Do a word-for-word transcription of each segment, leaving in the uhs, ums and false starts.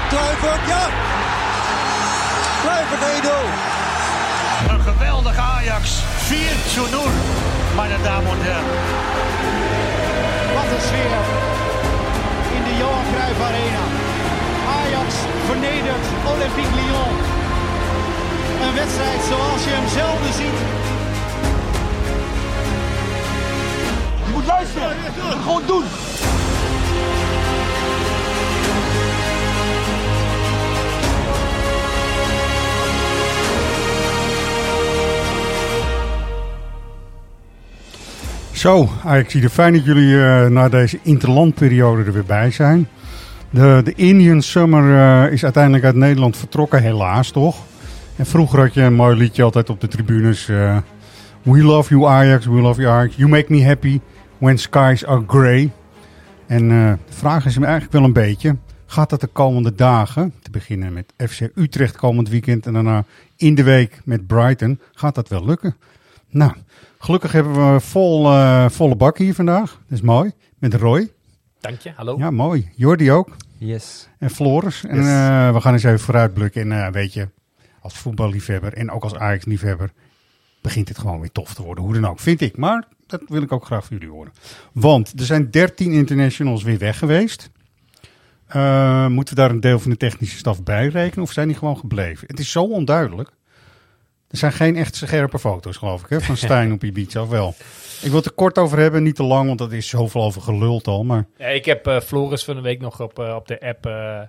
Kluivert, ja! Kluivert één nul. Een geweldig Ajax. vier nul, meine Damen und Herren. Wat een sfeer in de Johan Cruijff Arena. Ajax vernedert Olympique Lyon. Een wedstrijd zoals je hem zelden ziet. Je moet luisteren. Je moet gewoon doen. Zo, Ajaxiden, fijn dat jullie uh, na deze interlandperiode er weer bij zijn. De, de Indian Summer uh, is uiteindelijk uit Nederland vertrokken, helaas toch? En vroeger had je een mooi liedje altijd op de tribunes. Uh, we love you Ajax, we love you Ajax. You make me happy when skies are grey. En uh, de vraag is hem eigenlijk wel een beetje, gaat dat de komende dagen, te beginnen met F C Utrecht komend weekend en daarna in de week met Brighton, gaat dat wel lukken? Nou, gelukkig hebben we vol, uh, volle bak hier vandaag. Dat is mooi. Met Roy. Dank je, hallo. Ja, mooi. Jordi ook. Yes. En Floris. En Yes. uh, we gaan eens even vooruitblikken. En uh, weet je, als voetballiefhebber en ook als Ajax-liefhebber begint het gewoon weer tof te worden. Hoe dan ook, vind ik. Maar dat wil ik ook graag van jullie horen. Want er zijn dertien internationals weer weg geweest. Uh, moeten we daar een deel van de technische staf bij rekenen? Of zijn die gewoon gebleven? Het is zo onduidelijk. Er zijn geen echt scherpe foto's, geloof ik, hè, van Stijn op Ibiza, of wel? Ik wil het er kort over hebben, niet te lang, want dat is zoveel over geluld al. Maar... Ja, ik heb uh, Floris van de week nog op, uh, op de app. Uh,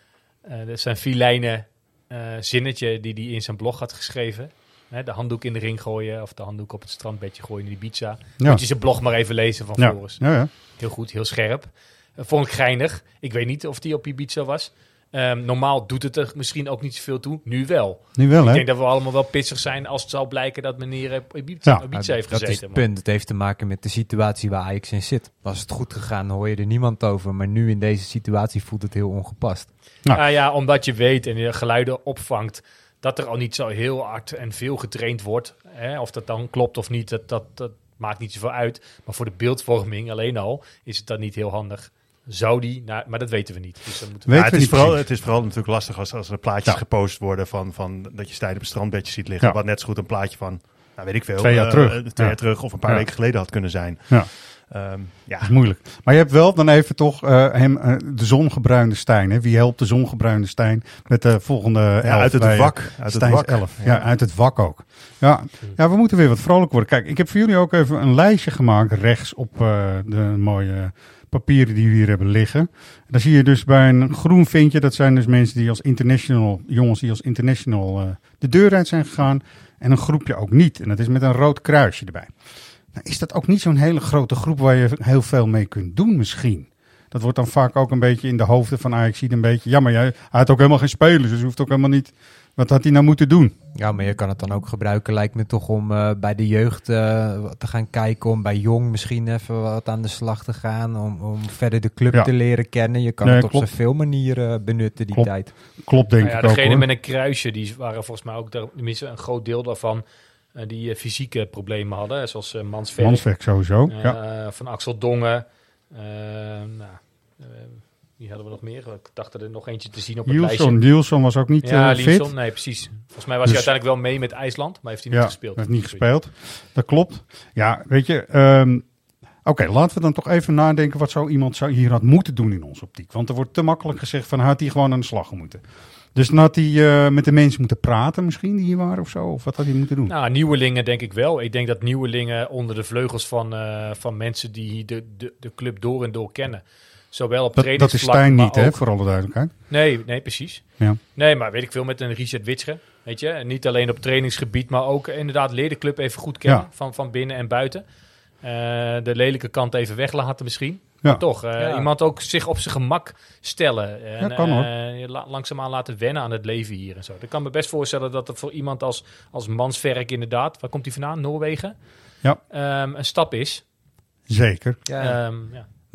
uh, dat zijn vier lijnen uh, zinnetje die hij in zijn blog had geschreven. Hè, de handdoek in de ring gooien of de handdoek op het strandbedje gooien in Ibiza. Ja. Moet je zijn blog maar even lezen van ja. Floris. Ja, ja. Heel goed, heel scherp. Uh, vond ik geinig. Ik weet niet of die op Ibiza was. Um, normaal doet het er misschien ook niet zoveel toe. Nu wel. Nu wel, ik hè? denk dat we allemaal wel pissig zijn als het zal blijken dat meneer op Ibiza, Ja. Ibiza heeft dat gezeten. is het punt. Het heeft te maken met de situatie waar Ajax in zit. Was het goed gegaan, hoor je er niemand over. Maar nu in deze situatie voelt het heel ongepast. Nou. Ah, ja, omdat je weet en je geluiden opvangt dat er al niet zo heel hard en veel getraind wordt. Hè? Of dat dan klopt of niet, dat, dat, dat maakt niet zoveel uit. Maar voor de beeldvorming alleen al is het dan niet heel handig. Zou die, nou, maar dat weten we niet. Dus dan moeten we... Weet- Ja, het, we is niet vooral, precies. het is vooral natuurlijk lastig als, als er plaatjes Ja. gepost worden van, van dat je Stijn op een strandbedje ziet liggen. Ja. Wat net zo goed een plaatje van, nou weet ik veel, Twee jaar uh, terug. uh, twee Ja. jaar terug of een paar Ja. weken geleden had kunnen zijn. Ja. Um, ja. Dat is moeilijk. Maar je hebt wel dan even toch uh, hem, uh, de zongebruinde Stijn. Hè? Wie helpt de zongebruinde Stijn met de volgende elf? Ja, uit het bij, uh, wak. Uit het Stijns wak. elf. Ja. Ja. uit het wak ook. Ja. ja, we moeten weer wat vrolijk worden. Kijk, ik heb voor jullie ook even een lijstje gemaakt rechts op uh, de mooie papieren die we hier hebben liggen. En dan zie je dus bij een groen vinkje, dat zijn dus mensen die als international, jongens die als international uh, de deur uit zijn gegaan. En een groepje ook niet. En dat is met een rood kruisje erbij. Nou, is dat ook niet zo'n hele grote groep waar je heel veel mee kunt doen misschien? Dat wordt dan vaak ook een beetje in de hoofden van Ajax een beetje... Ja, maar jij, hij had ook helemaal geen spelers, dus je hoeft ook helemaal niet... Wat had hij nou moeten doen? Ja, maar je kan het dan ook gebruiken, lijkt me toch, om uh, bij de jeugd uh, te gaan kijken. Om bij jong misschien even wat aan de slag te gaan. Om, om verder de club Ja. te leren kennen. Je kan Nee, het op klopt. zoveel manieren benutten, die Klopt. tijd. Klopt, denk Nou ja, ik ook, degene hoor. met een kruisje, die waren volgens mij ook, daar- tenminste een groot deel daarvan, uh, die uh, fysieke problemen hadden. Zoals uh, Mansverk, Manswerk sowieso, uh, ja. van Axel Dongen. Uh, nou, uh, wie hadden we nog meer? Ik dacht er nog eentje te zien op het Nielsen, lijstje. Nielsen was ook niet Ja, uh, fit. Linsson, nee, precies. Volgens mij was Dus- hij uiteindelijk wel mee met IJsland, maar heeft hij niet Ja, gespeeld. heeft niet gespeeld. Dat klopt. Ja, weet je... Um, Oké, okay, laten we dan toch even nadenken wat zo iemand zou hier had moeten doen in onze optiek. Want er wordt te makkelijk gezegd van, had hij gewoon aan de slag moeten. Dus dan had hij uh, met de mensen moeten praten misschien die hier waren of zo? Of wat had hij moeten doen? Nou, nieuwelingen denk ik wel. Ik denk dat nieuwelingen onder de vleugels van, uh, van mensen die de, de, de club door en door kennen. Zowel op dat, dat is trainingsvlak, Stijn maar niet, hè, ook- voor alle duidelijkheid. Nee, nee, precies. Ja. Nee, maar weet ik veel met een Richard Witsche, weet je. En niet alleen op trainingsgebied, maar ook inderdaad leer de club even goed kennen. Ja. Van, van binnen en buiten. Uh, de lelijke kant even weglaten misschien. Ja. Maar toch, uh, Ja. iemand ook zich op zijn gemak stellen. En, Ja, kan, hoor. uh, la- langzaamaan laten wennen aan het leven hier en zo. Ik kan me best voorstellen dat er voor iemand als, als Mansverk inderdaad, waar komt hij vandaan? Noorwegen? Ja. Um, een stap is. Zeker. Ja. Um, ja. Maar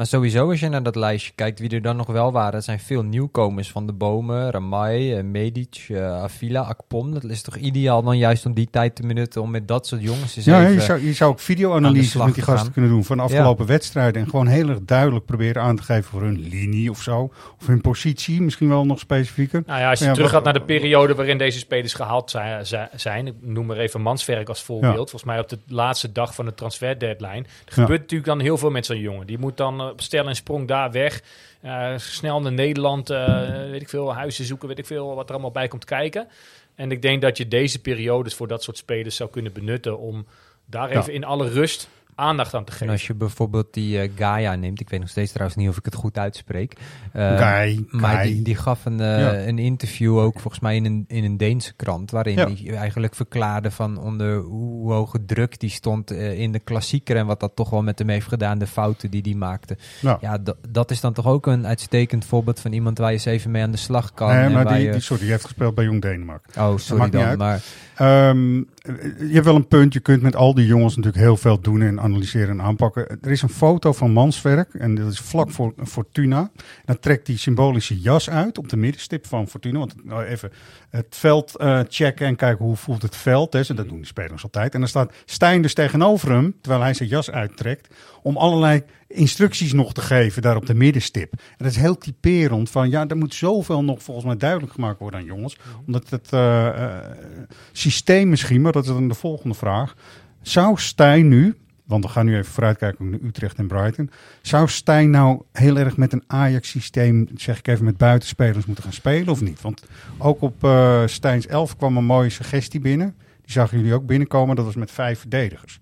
Maar sowieso, als je naar dat lijstje kijkt, wie er dan nog wel waren, dat zijn veel nieuwkomers van de Bomen, Ramai, uh, Medic, uh, Avila, Akpom. Dat is toch ideaal dan juist om die tijd te benutten om met dat soort jongens eens Ja, even je zou, je zou ook aan video-analyses de slag met die te gasten gaan. kunnen doen van de afgelopen wedstrijden. En gewoon heel erg duidelijk proberen aan te geven voor hun linie of zo. Of hun positie, misschien wel nog specifieker. Nou ja, als je Ja, terug wat- gaat naar de periode waarin deze spelers gehaald zijn, zijn ik noem maar even Manswerk als voorbeeld. Ja. Volgens mij op de laatste dag van de transfer deadline. Er Ja. gebeurt natuurlijk dan heel veel met zo'n jongen. Die moet dan uh, op stel en sprong daar weg. Uh, snel naar Nederland, uh, weet ik veel, huizen zoeken, weet ik veel, wat er allemaal bij komt kijken. En ik denk dat je deze periodes voor dat soort spelers zou kunnen benutten om daar Ja. even in alle rust aandacht aan te En geven. als je bijvoorbeeld die uh, Gaia neemt, ik weet nog steeds trouwens niet of ik het goed uitspreek. Uh, Guy, Maar Guy. die, die gaf een, uh, Ja. een interview ook volgens mij in een, in een Deense krant, waarin Ja. hij eigenlijk verklaarde van onder hoe hoge druk die stond uh, in de klassieker en wat dat toch wel met hem heeft gedaan, de fouten die hij maakte. Ja. Ja, d- dat is dan toch ook een uitstekend voorbeeld van iemand waar je eens even mee aan de slag kan. Nee, en maar waar die, je- die, sorry, die heeft gespeeld bij Jong Denemarken. Oh, sorry maakt niet dan, uit. maar Ehm, je hebt wel een punt. Je kunt met al die jongens natuurlijk heel veel doen en analyseren en aanpakken. Er is een foto van Manswerk en dat is vlak voor Fortuna. Dan trekt die symbolische jas uit op de middenstip van Fortuna. Want nou even het veld eh, checken en kijken hoe voelt het veld. Hè. En dat doen die spelers altijd. En dan staat Stijn dus tegenover hem, terwijl hij zijn jas uittrekt, om allerlei instructies nog te geven daar op de middenstip. En dat is heel typerend van, ja, er moet zoveel nog volgens mij duidelijk gemaakt worden aan jongens. Omdat het uh, uh, systeem misschien, maar dat is dan de volgende vraag. Zou Stijn nu, want we gaan nu even vooruitkijken naar Utrecht en Brighton. Zou Stijn nou heel erg met een Ajax-systeem, zeg ik even, met buitenspelers moeten gaan spelen of niet? Want ook op uh, Stijns elf kwam een mooie suggestie binnen. Die zagen jullie ook binnenkomen. Dat was met vijf verdedigers.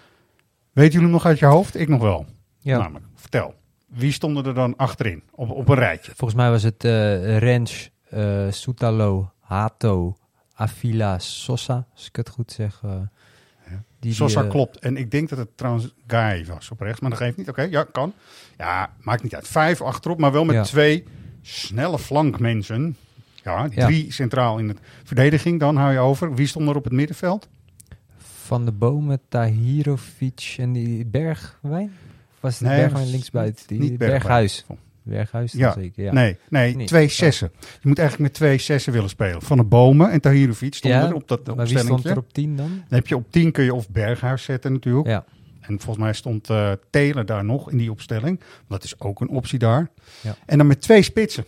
Weten jullie hem nog uit je hoofd? Ik nog wel. ja. Namelijk, vertel. Wie stonden er dan achterin op, op een rijtje? Volgens mij was het uh, Rens, uh, Soetalo, Hato, Avila, Sosa, als ik het goed zeg. Uh, Ja. die, Sosa die, uh, klopt. En ik denk dat het trouwens Guy was op rechts. Maar dat geeft niet. Oké, okay, ja, kan. Ja, maakt niet uit. Vijf achterop, maar wel met Ja. twee snelle flankmensen. Ja, Ja. drie centraal in de verdediging. Dan hou je over. Wie stond er op het middenveld? Van de Bomen, Tahirovic en die Bergwijn? Of was het Nee, Bergwijn was linksbuiten? Die, niet Bergwijn. Berghuis. Berghuis dan Ja, zeker, ja. Nee, nee Niet. twee zessen. Je moet eigenlijk met twee zessen willen spelen. Van de Bomen en Tahirovic stonden Ja, er op dat maar wie stond opstellingje. er op tien dan? Dan heb je op tien kun je of Berghuis zetten natuurlijk. Ja. En volgens mij stond uh, Taylor daar nog in die opstelling. Dat is ook een optie daar. Ja. En dan met twee spitsen.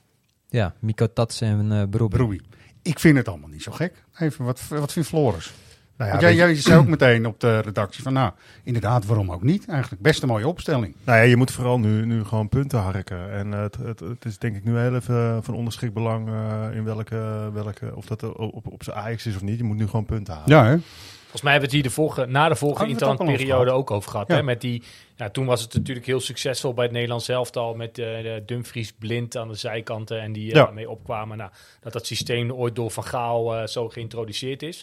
Ja, Miko Tats en uh, Brobbey. Broei. Ik vind het allemaal niet zo gek. Even, wat, wat vindt Floris? Nou ja, Want jij, weet je- jij zei ook meteen op de redactie van, nou, inderdaad, waarom ook niet? Eigenlijk best een mooie opstelling. Nou ja, je moet vooral nu, nu gewoon punten harken. En uh, het, het, het is denk ik nu heel even uh, van onderschikt belang uh, in welke, welke, of dat op, op, op zijn Ajax is of niet. Je moet nu gewoon punten halen. Ja, hè? Volgens mij hebben we het hier de vorige, na de vorige Hadden we het ook al over interlandperiode gehad? ook over gehad. Ja. Hè? Met die, ja, toen was het natuurlijk heel succesvol bij het Nederlands elftal met uh, de Dumfries Blind aan de zijkanten en die uh, Ja. mee opkwamen. Nou, dat dat systeem ooit door Van Gaal uh, zo geïntroduceerd is.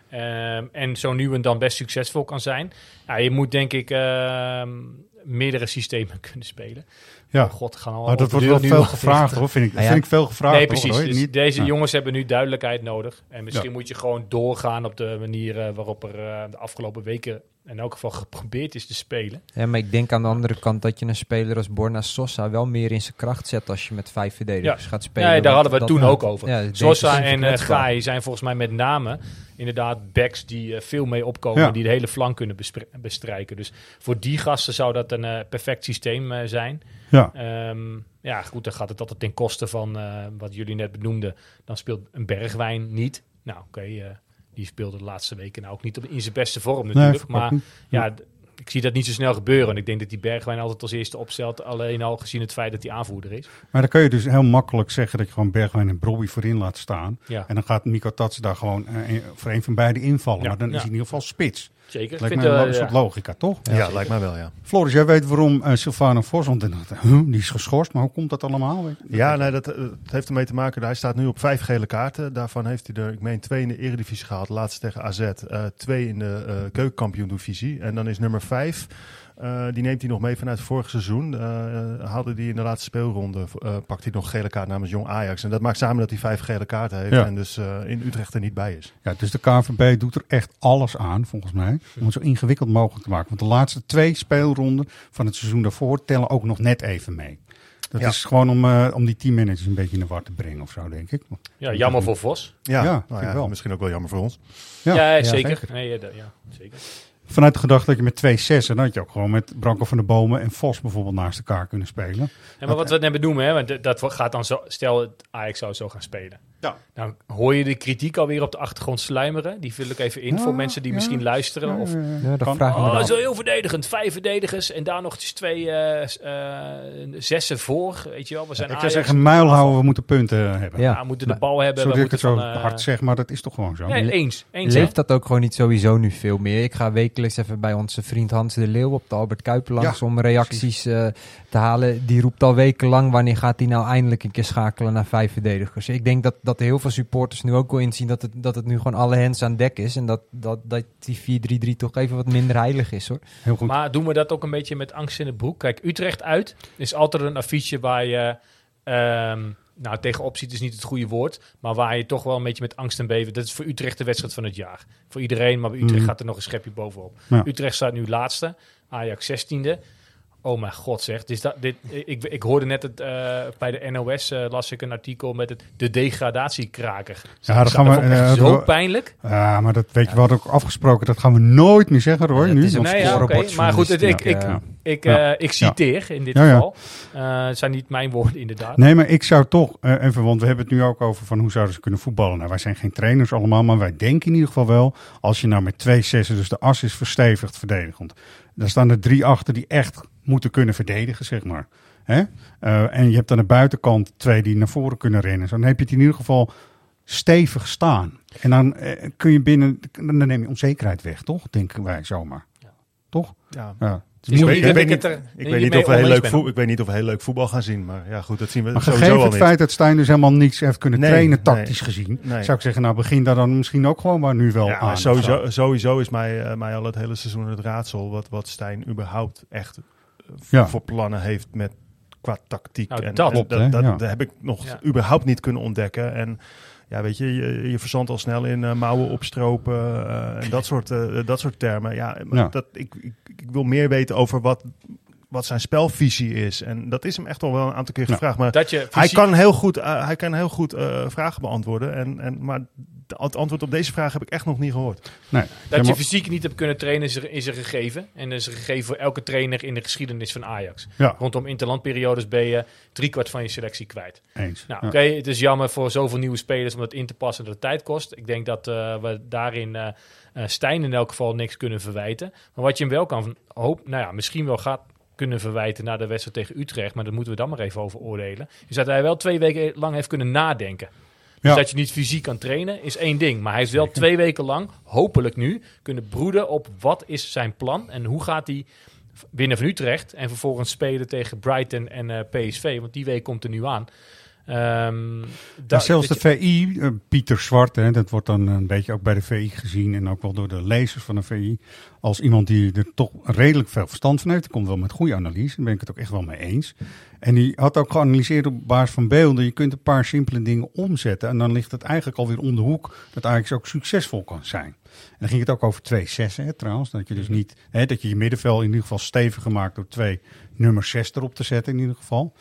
Um, en zo nu en dan best succesvol kan zijn. Ja, je moet denk ik uh, meerdere systemen kunnen spelen. Ja. Oh god, gaan al Maar dat wordt over wel de veel deur nu. gevraagd, hoor. Vind ik, Nou ja. vind ik veel gevraagd. Nee, hoor, precies. hoor. Dus Niet- deze ja. jongens hebben nu duidelijkheid nodig. En misschien Ja. moet je gewoon doorgaan op de manier uh, waarop er uh, de afgelopen weken in elk geval geprobeerd is te spelen. Ja, maar ik denk aan de andere kant dat je een speler als Borna Sosa wel meer in zijn kracht zet als je met vijf verdedigers gaat spelen. Ja, daar Want hadden we het dat toen maakt- ook over. Ja, Sosa defensief en uh, kwetsbaar. Gaai zijn volgens mij met name inderdaad backs die uh, veel mee opkomen. Ja. Die de hele flank kunnen bespre- bestrijken. Dus voor die gasten zou dat een uh, perfect systeem uh, zijn. Ja. Um, ja, goed, dan gaat het altijd ten koste van uh, wat jullie net benoemden. Dan speelt een Bergwijn niet. Nou, oké, okay, uh, die speelde de laatste weken nou ook niet op, in zijn beste vorm natuurlijk. vond ik ook maar niet. ja, d- ik zie dat niet zo snel gebeuren. En ik denk dat die Bergwijn altijd als eerste opstelt. Alleen al gezien het feit dat hij aanvoerder is. Maar dan kun je dus heel makkelijk zeggen dat je gewoon Bergwijn en Brobbey voorin laat staan. Ja, En dan gaat Miko Tats daar gewoon uh, voor een van beide invallen. Ja, maar dan ja. is hij in ieder geval spits. zeker. Ik Lijkt vind, me een uh, soort ja. logica, toch? Ja, lijkt mij wel, ja. Floris, jij weet waarom uh, Sylvano Vos, want uh, die is geschorst, maar hoe komt dat allemaal? Ja, nee, dat, uh, het heeft ermee te maken. Hij staat nu op vijf gele kaarten. Daarvan heeft hij er, ik meen, twee in de Eredivisie gehaald. Laatst tegen A Z. Uh, twee in de uh, keukenkampioen-divisie. En dan is nummer vijf Uh, die neemt hij nog mee vanuit vorig seizoen. Uh, haalde hij in de laatste speelronde, uh, pakt hij nog gele kaart namens Jong Ajax. En dat maakt samen dat hij vijf gele kaarten heeft Ja. en dus uh, in Utrecht er niet bij is. Ja, dus de K N V B doet er echt alles aan, volgens mij, om het zo ingewikkeld mogelijk te maken. Want de laatste twee speelronden van het seizoen daarvoor tellen ook nog net even mee. Dat Ja. is gewoon om, uh, om die teammanagers een beetje in de war te brengen of zo, denk ik. Ja, jammer voor Vos. Ja, Ja, nou vind ja, ik wel. misschien ook wel jammer voor ons. Ja, Ja, ja, zeker. zeker. Nee, ja, dat- ja, zeker. Vanuit de gedachte dat je met twee zessen, dan had je ook gewoon met Branko van der Bomen en Vos bijvoorbeeld naast elkaar kunnen spelen. En maar wat we net benoemen, hè, want d- dat gaat dan zo, stel het Ajax zou zo gaan spelen. Ja. Dan hoor je de kritiek alweer op de achtergrond sluimeren. Die vul ik even in Ja, voor mensen die ja. misschien luisteren. Ja, Of, ja, ja. Ja, dat Kan- vraag ik me oh, dan zo af. heel verdedigend. Vijf verdedigers en daar nog eens twee eh, s- eh, zessen voor. Weet je wel, we zijn Ik zou Ajax. zeggen, muil houden, we moeten punten hebben. Ja. Ja, we moeten de bal hebben. Sorry we dat ik het moeten zo van, eh, hard zeg, maar dat is toch gewoon zo. Nee, eens. eens hè? Leeft dat ook gewoon niet sowieso nu veel meer? Ik ga wekelijks even bij onze vriend Hans de Leeuw op de Albert Kuip langs Ja, om reacties uh, te halen. Die roept al wekenlang, wanneer gaat hij nou eindelijk een keer schakelen naar vijf verdedigers? Ik denk dat, dat heel veel supporters nu ook wel inzien dat het, dat het nu gewoon alle hens aan dek is. En dat, dat, dat die vier drie drie toch even wat minder heilig is, hoor. Heel goed. Maar doen we dat ook een beetje met angst in de broek? Kijk, Utrecht uit is altijd een affiche waar je... ehm, nou, tegenop ziet is niet het goede woord. Maar waar je toch wel een beetje met angst en beven... Dat is voor Utrecht de wedstrijd van het jaar. Voor iedereen, maar bij Utrecht Mhm. gaat er nog een schepje bovenop. Ja. Utrecht staat nu laatste. Ajax zestiende. Oh mijn god zeg. Dus dat, dit, ik, ik hoorde net het, uh, bij de N O S uh, las ik een artikel met het, de degradatiekraker. Ja, dat gaan we, vond ik echt uh, zo dat- pijnlijk. Ja, maar dat weet je, we hadden ook afgesproken, dat gaan we nooit meer zeggen, hoor. Ja, nu, het is want een Nee, ja, oké. scorebord Maar goed, het, ik, ik, journalistiek, ik, Ja. uh, ik citeer in dit Ja, ja. geval. Uh, het zijn niet mijn woorden inderdaad. Nee, maar ik zou toch, uh, even, want we hebben het nu ook over van hoe zouden ze kunnen voetballen. Nou, wij zijn geen trainers allemaal, maar wij denken in ieder geval wel, als je nou met twee zessen, dus de as is verstevigd verdedigend. Dan staan er drie achter die echt moeten kunnen verdedigen, zeg maar. Hè? Uh, en je hebt aan de buitenkant twee die naar voren kunnen rennen. Zo, dan heb je het in ieder geval stevig staan. En dan uh, kun je binnen, dan neem je onzekerheid weg, toch? Denken wij zomaar. Ja. Toch? Ja. Ja. Het is Ik niet weet, dat ik weet ik niet, het er ik niet weet niet mee of we heel oneens leuk ben, voet, hoor. ik weet niet of we heel leuk voetbal gaan zien, maar ja goed, dat zien we Maar sowieso gegeven al het niet. feit dat Stijn dus helemaal niks heeft kunnen Nee, trainen, nee. tactisch gezien, Nee. zou ik zeggen, nou begin daar dan misschien ook gewoon maar nu wel Ja, aan. maar sowieso, sowieso is mij, uh, mij al het hele seizoen het raadsel wat, wat Stijn überhaupt echt uh, v- Ja. voor plannen heeft met qua tactiek. Nou, en, dat en klopt, dat, hè? dat, Ja. dat heb ik nog Ja. überhaupt niet kunnen ontdekken. En ja, weet je, je, je verzandt al snel in uh, mouwen opstropen uh, en dat soort, uh, dat soort termen. Ja, maar Ja. Dat, ik, ik, ik wil meer weten over wat, wat zijn spelvisie is. En dat is hem echt al wel een aantal keer Ja. gevraagd. Maar Dat je hij fysiek- kan heel goed, uh, hij kan heel goed uh, vragen beantwoorden. En, en, maar het antwoord op deze vraag heb ik echt nog niet gehoord. Nee. Dat Zeg je maar- fysiek niet hebt kunnen trainen is er, is er gegeven. En dat is er gegeven voor elke trainer in de geschiedenis van Ajax. Ja, Rondom interlandperiodes ben je driekwart van je selectie kwijt. eens. Nou, Ja. oké, het is jammer voor zoveel nieuwe spelers om dat in te passen dat het tijd kost. Ik denk dat uh, we daarin uh, uh, Stijn in elk geval niks kunnen verwijten. Maar wat je hem wel kan hoop, nou ja, misschien wel gaat kunnen verwijten na de wedstrijd tegen Utrecht, maar daar moeten we dan maar even over oordelen, is dat hij wel twee weken lang heeft kunnen nadenken. Dus Ja. dat je niet fysiek kan trainen is één ding. Maar hij heeft wel twee weken lang, hopelijk nu, kunnen broeden op wat is zijn plan en hoe gaat hij winnen van Utrecht en vervolgens spelen tegen Brighton en uh, P S V, want die week komt er nu aan. Um, Ja, da- zelfs de dat je- V I, uh, Pieter Zwart, hè, dat wordt dan een beetje ook bij de V I gezien en ook wel door de lezers van de V I, als iemand die er toch redelijk veel verstand van heeft. Die komt wel met goede analyse, daar ben ik het ook echt wel mee eens. En die had ook geanalyseerd op basis van beelden. Je kunt een paar simpele dingen omzetten en dan ligt het eigenlijk alweer om de hoek dat Ajax ook succesvol kan zijn. En dan ging het ook over twee zessen, hè, trouwens. Dat je dus niet, hè, dat je je middenveld in ieder geval steviger maakt door twee nummer zes erop te zetten in ieder geval.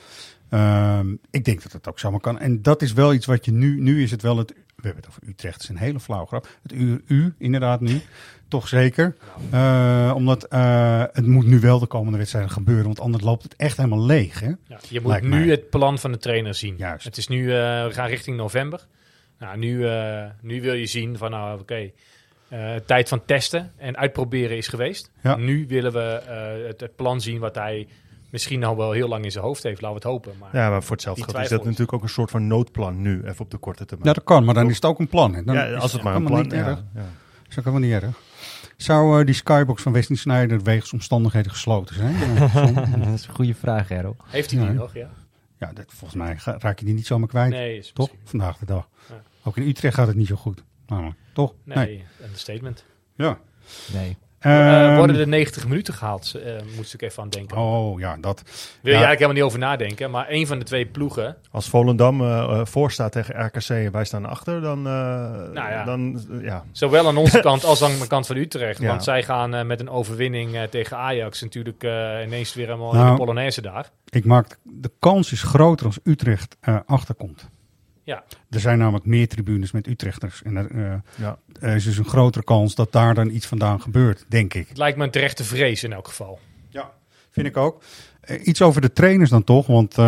Um, ik denk dat het ook zomaar kan. En dat is wel iets wat je nu... Nu is het wel het... We hebben het over Utrecht. Het is een hele flauw grap. Het uur U, inderdaad nu. Toch zeker. Uh, omdat uh, het moet nu wel de komende wedstrijden gebeuren. Want anders loopt het echt helemaal leeg. Hè? Ja, je moet Lijkt nu mij. het plan van de trainer zien. Juist. Het is nu, uh, we gaan richting november. Nou, nu, uh, nu wil je zien van, nou, oké, okay, uh, tijd van testen en uitproberen is geweest. Ja. Nu willen we uh, het, het plan zien wat hij misschien al wel heel lang in zijn hoofd heeft. Laten we het hopen. Maar Ja, maar voor hetzelfde die geld is twijfel dat natuurlijk ook een soort van noodplan nu, even op de korte termijn. Ja, dat kan. Maar dan is het ook een plan. Hè? Dan ja, is als het maar een helemaal plan niet is. erg. Ja, ja. Dat is ook helemaal niet erg. Zou uh, die skybox van Wesley Sneijder wegens omstandigheden gesloten zijn? Ja, Dat is een goede vraag, Errol. heeft hij Ja, die hè? nog, ja? ja dat, volgens mij ga- raak je die niet zomaar kwijt. Nee, is Toch? misschien- Vandaag de dag. Ja. Ook in Utrecht gaat het niet zo goed. Namelijk. Toch? Nee, een statement. Ja. Nee. Uh, Ehm, worden er negentig minuten gehaald? Uh, moest ik even aan denken. Oh ja, dat... Wil je ja. eigenlijk helemaal niet over nadenken. Maar één van de twee ploegen... Als Volendam uh, voor staat tegen R K C en wij staan achter, dan... Uh, nou ja. dan uh, ja. Zowel aan onze kant als aan de kant van Utrecht. Ja. Want zij gaan uh, met een overwinning uh, tegen Ajax natuurlijk uh, ineens weer helemaal Nou, in de Polonaise daar. Ik maak... De kans is groter als Utrecht uh, achterkomt. Ja. Er zijn namelijk meer tribunes met Utrechters. En er uh, Ja. er is dus een grotere kans dat daar dan iets vandaan gebeurt, denk ik. Het lijkt me een terechte vrees in elk geval. Ja, vind ik ook. Uh, iets over de trainers dan toch, want... Uh,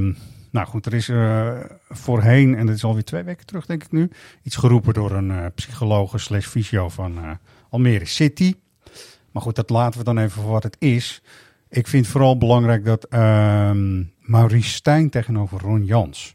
nou goed, er is uh, voorheen, en dat is alweer twee weken terug denk ik nu... iets geroepen door een uh, psycholoog slash fysio van uh, Almere City. Maar goed, dat laten we dan even voor wat het is. Ik vind vooral belangrijk dat uh, Maurice Stijn tegenover Ron Jans...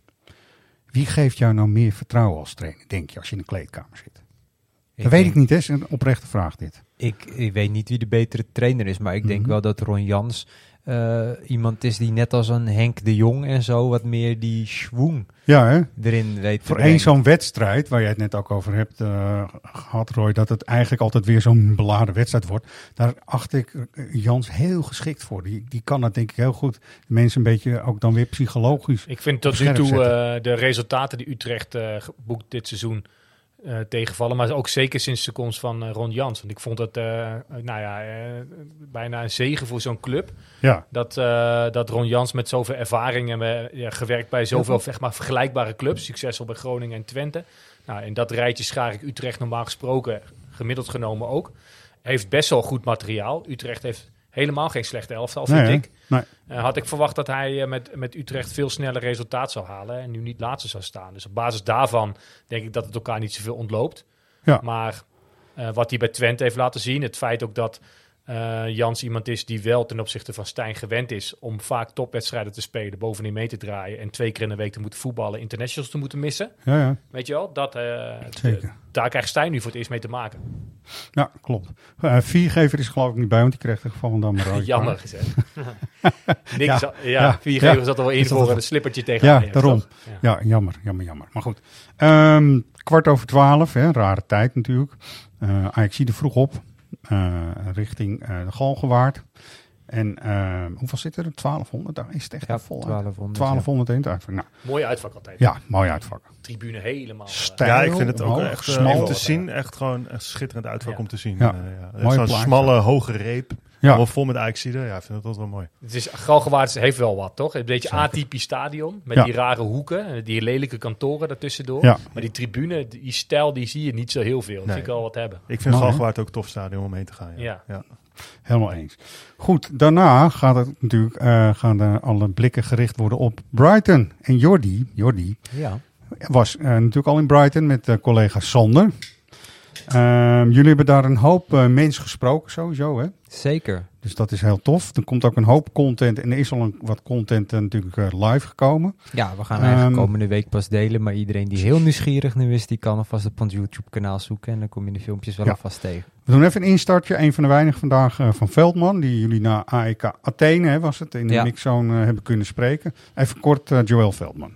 Wie geeft jou nou meer vertrouwen als trainer, denk je, als je in de kleedkamer zit? Ik dat weet denk, ik niet, hè? Dat is een oprechte vraag dit. Ik, ik weet niet wie de betere trainer is, maar ik denk Mhm. wel dat Ron Jans uh, iemand is die net als een Henk de Jong en zo wat meer die schwung Ja, hè? erin weet te Voor brengen. één zo'n wedstrijd, waar jij het net ook over hebt uh, gehad, Roy, dat het eigenlijk altijd weer zo'n beladen wedstrijd wordt. Daar acht ik uh, Jans heel geschikt voor. Die, die kan dat denk ik heel goed. De mensen een beetje ook dan weer psychologisch. Ik vind tot op nu scherp toe zetten. uh, de resultaten die Utrecht uh, boekt dit seizoen uh, tegenvallen. Maar ook zeker sinds de komst van uh, Ron Jans. Want ik vond het uh, nou ja, uh, bijna een zegen voor zo'n club. Ja, Dat, uh, dat Ron Jans met zoveel ervaring en uh, ja, gewerkt bij zoveel zeg maar, vergelijkbare clubs. Succesvol bij Groningen en Twente. Nou, in dat rijtje schaar ik Utrecht normaal gesproken, gemiddeld genomen ook. Heeft best wel goed materiaal. Utrecht heeft helemaal geen slechte elftal, vind nee, ik. Nee. Uh, had ik verwacht dat hij uh, met, met Utrecht veel sneller resultaat zou halen. En nu niet laatste zou staan. Dus op basis daarvan denk ik dat het elkaar niet zoveel ontloopt. Ja. Maar uh, wat hij bij Twente heeft laten zien. Het feit ook dat uh, Jans iemand is die wel ten opzichte van Stijn gewend is om vaak topwedstrijden te spelen, bovenin mee te draaien en twee keer in de week te moeten voetballen, internationals te moeten missen. Ja, ja. Weet je wel? Dat, uh, Zeker. De, daar krijgt Stijn nu voor het eerst mee te maken. Ja, klopt. Uh, viergever is geloof ik niet bij, want die kreeg de geval van dan maar rood. Jammer gezegd. Niks, Ja, ja, ja, ja, viergever ja. zat er wel in Is dat voor wel- een slippertje tegen Ja, Ajax, daarom. toch? Ja. Ja, jammer, jammer, jammer. Maar goed. Um, kwart over twaalf, hè, rare tijd natuurlijk. Uh, Ajax zie er vroeg op, uh, richting uh, de Galgenwaard. En uh, hoeveel zit er? twaalfhonderd? Daar is het echt Ja, wel vol. hè? twaalfhonderd. twaalfhonderd in het uitvak. Nou, Mooie uitvak altijd. ja, mooi uitvak. Tribune helemaal. uh, Stijl, Ja, ik vind het ook omhoog, echt uh, smal. om te zien. Echt gewoon echt schitterend uitvak Ja. om te zien. Ja. Uh, ja. Mooie Zo'n plaatje. smalle, hoge reep. Ja, Allemaal vol met Ajaxiden. Ja, ik vind dat altijd wel mooi. Het is Galgenwaard heeft wel wat, toch? Een beetje Zeker. atypisch stadion. Met Ja. die rare hoeken. en Die lelijke kantoren daartussendoor. Ja. Maar die tribune, die stijl, die zie je niet zo heel veel. Dat Nee. vind ik wel wat hebben. Ik vind Mooi, hè? Galgenwaard ook een tof stadion om heen te gaan. Ja. Ja. Ja. helemaal eens. Goed, daarna gaat het natuurlijk, uh, gaan de, alle blikken gericht worden op Brighton. En Jordi, Jordi Ja. was uh, natuurlijk al in Brighton met uh, collega Sander. Um, jullie hebben daar een hoop uh, mensen gesproken sowieso, hè? Zeker. Dus dat is heel tof. Er komt ook een hoop content en er is al een, wat content uh, natuurlijk uh, live gekomen. Ja, we gaan eigenlijk Ehm, komende week pas delen. Maar iedereen die heel nieuwsgierig nu is, die kan alvast op ons YouTube-kanaal zoeken. En dan kom je de filmpjes wel Ja. alvast tegen. We doen even een instartje. Een van de weinigen vandaag uh, van Veldman, die jullie naar A E K Athene, hè, was het, in de Ja. mixzone uh, hebben kunnen spreken. Even kort, uh, Joël Veldman.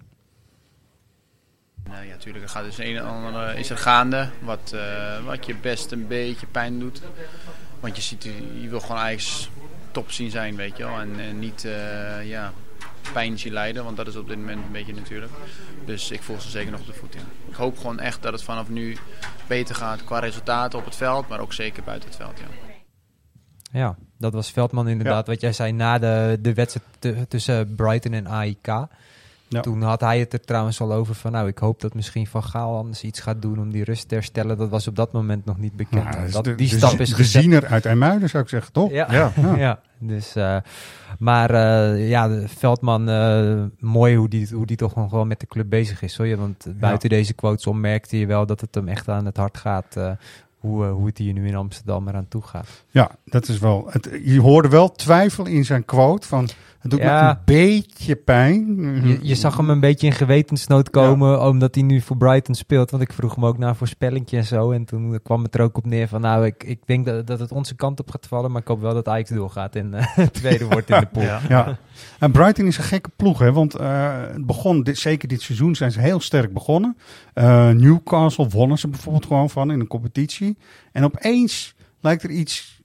Nou ja, natuurlijk. Er gaat dus een en ander uh, is er gaande. Wat, uh, wat je best een beetje pijn doet. Want je, ziet, je wil gewoon eigenlijk top zien zijn, weet je wel. En, en niet uh, ja, pijn zien lijden. Want dat is op dit moment een beetje natuurlijk. Dus ik voel ze zeker nog op de voet. Ja. Ik hoop gewoon echt dat het vanaf nu beter gaat qua resultaten op het veld. Maar ook zeker buiten het veld, ja. Ja, dat was Veldman inderdaad. Wat jij zei na de, de wedstrijd t- tussen Brighton en A I K. Ja. Toen had hij het er trouwens al over van, nou, ik hoop dat misschien Van Gaal anders iets gaat doen om die rust te herstellen. Dat was op dat moment nog niet bekend. Nou, En is dat, de, die de, stap de, is de gezet. ziener uit IJmuiden, zou ik zeggen, toch? Ja, Ja. ja. Ja. Dus, uh, maar uh, ja, de Veldman, uh, mooi hoe die, hoe die toch gewoon, gewoon met de club bezig is. Hoor. Want buiten deze quotes om merkte je wel dat het hem echt aan het hart gaat. Uh, hoe, uh, hoe het hier nu in Amsterdam eraan toe gaat. Ja, dat is wel. Het, je hoorde wel twijfel in zijn quote van. Het doet Ja. me een beetje pijn. Je, je zag hem een beetje in gewetensnood komen, ja. Omdat hij nu voor Brighton speelt. Want ik vroeg hem ook naar een voorspellingje en zo. En toen kwam het er ook op neer van, nou, ik, ik denk dat, dat het onze kant op gaat vallen. Maar ik hoop wel dat Ajax doorgaat en uh, het tweede wordt in de pool. Ja. Ja. En Brighton is een gekke ploeg, hè? Want uh, het begon, dit, zeker dit seizoen zijn ze heel sterk begonnen. Uh, Newcastle wonnen ze bijvoorbeeld gewoon van in een competitie. En opeens lijkt er iets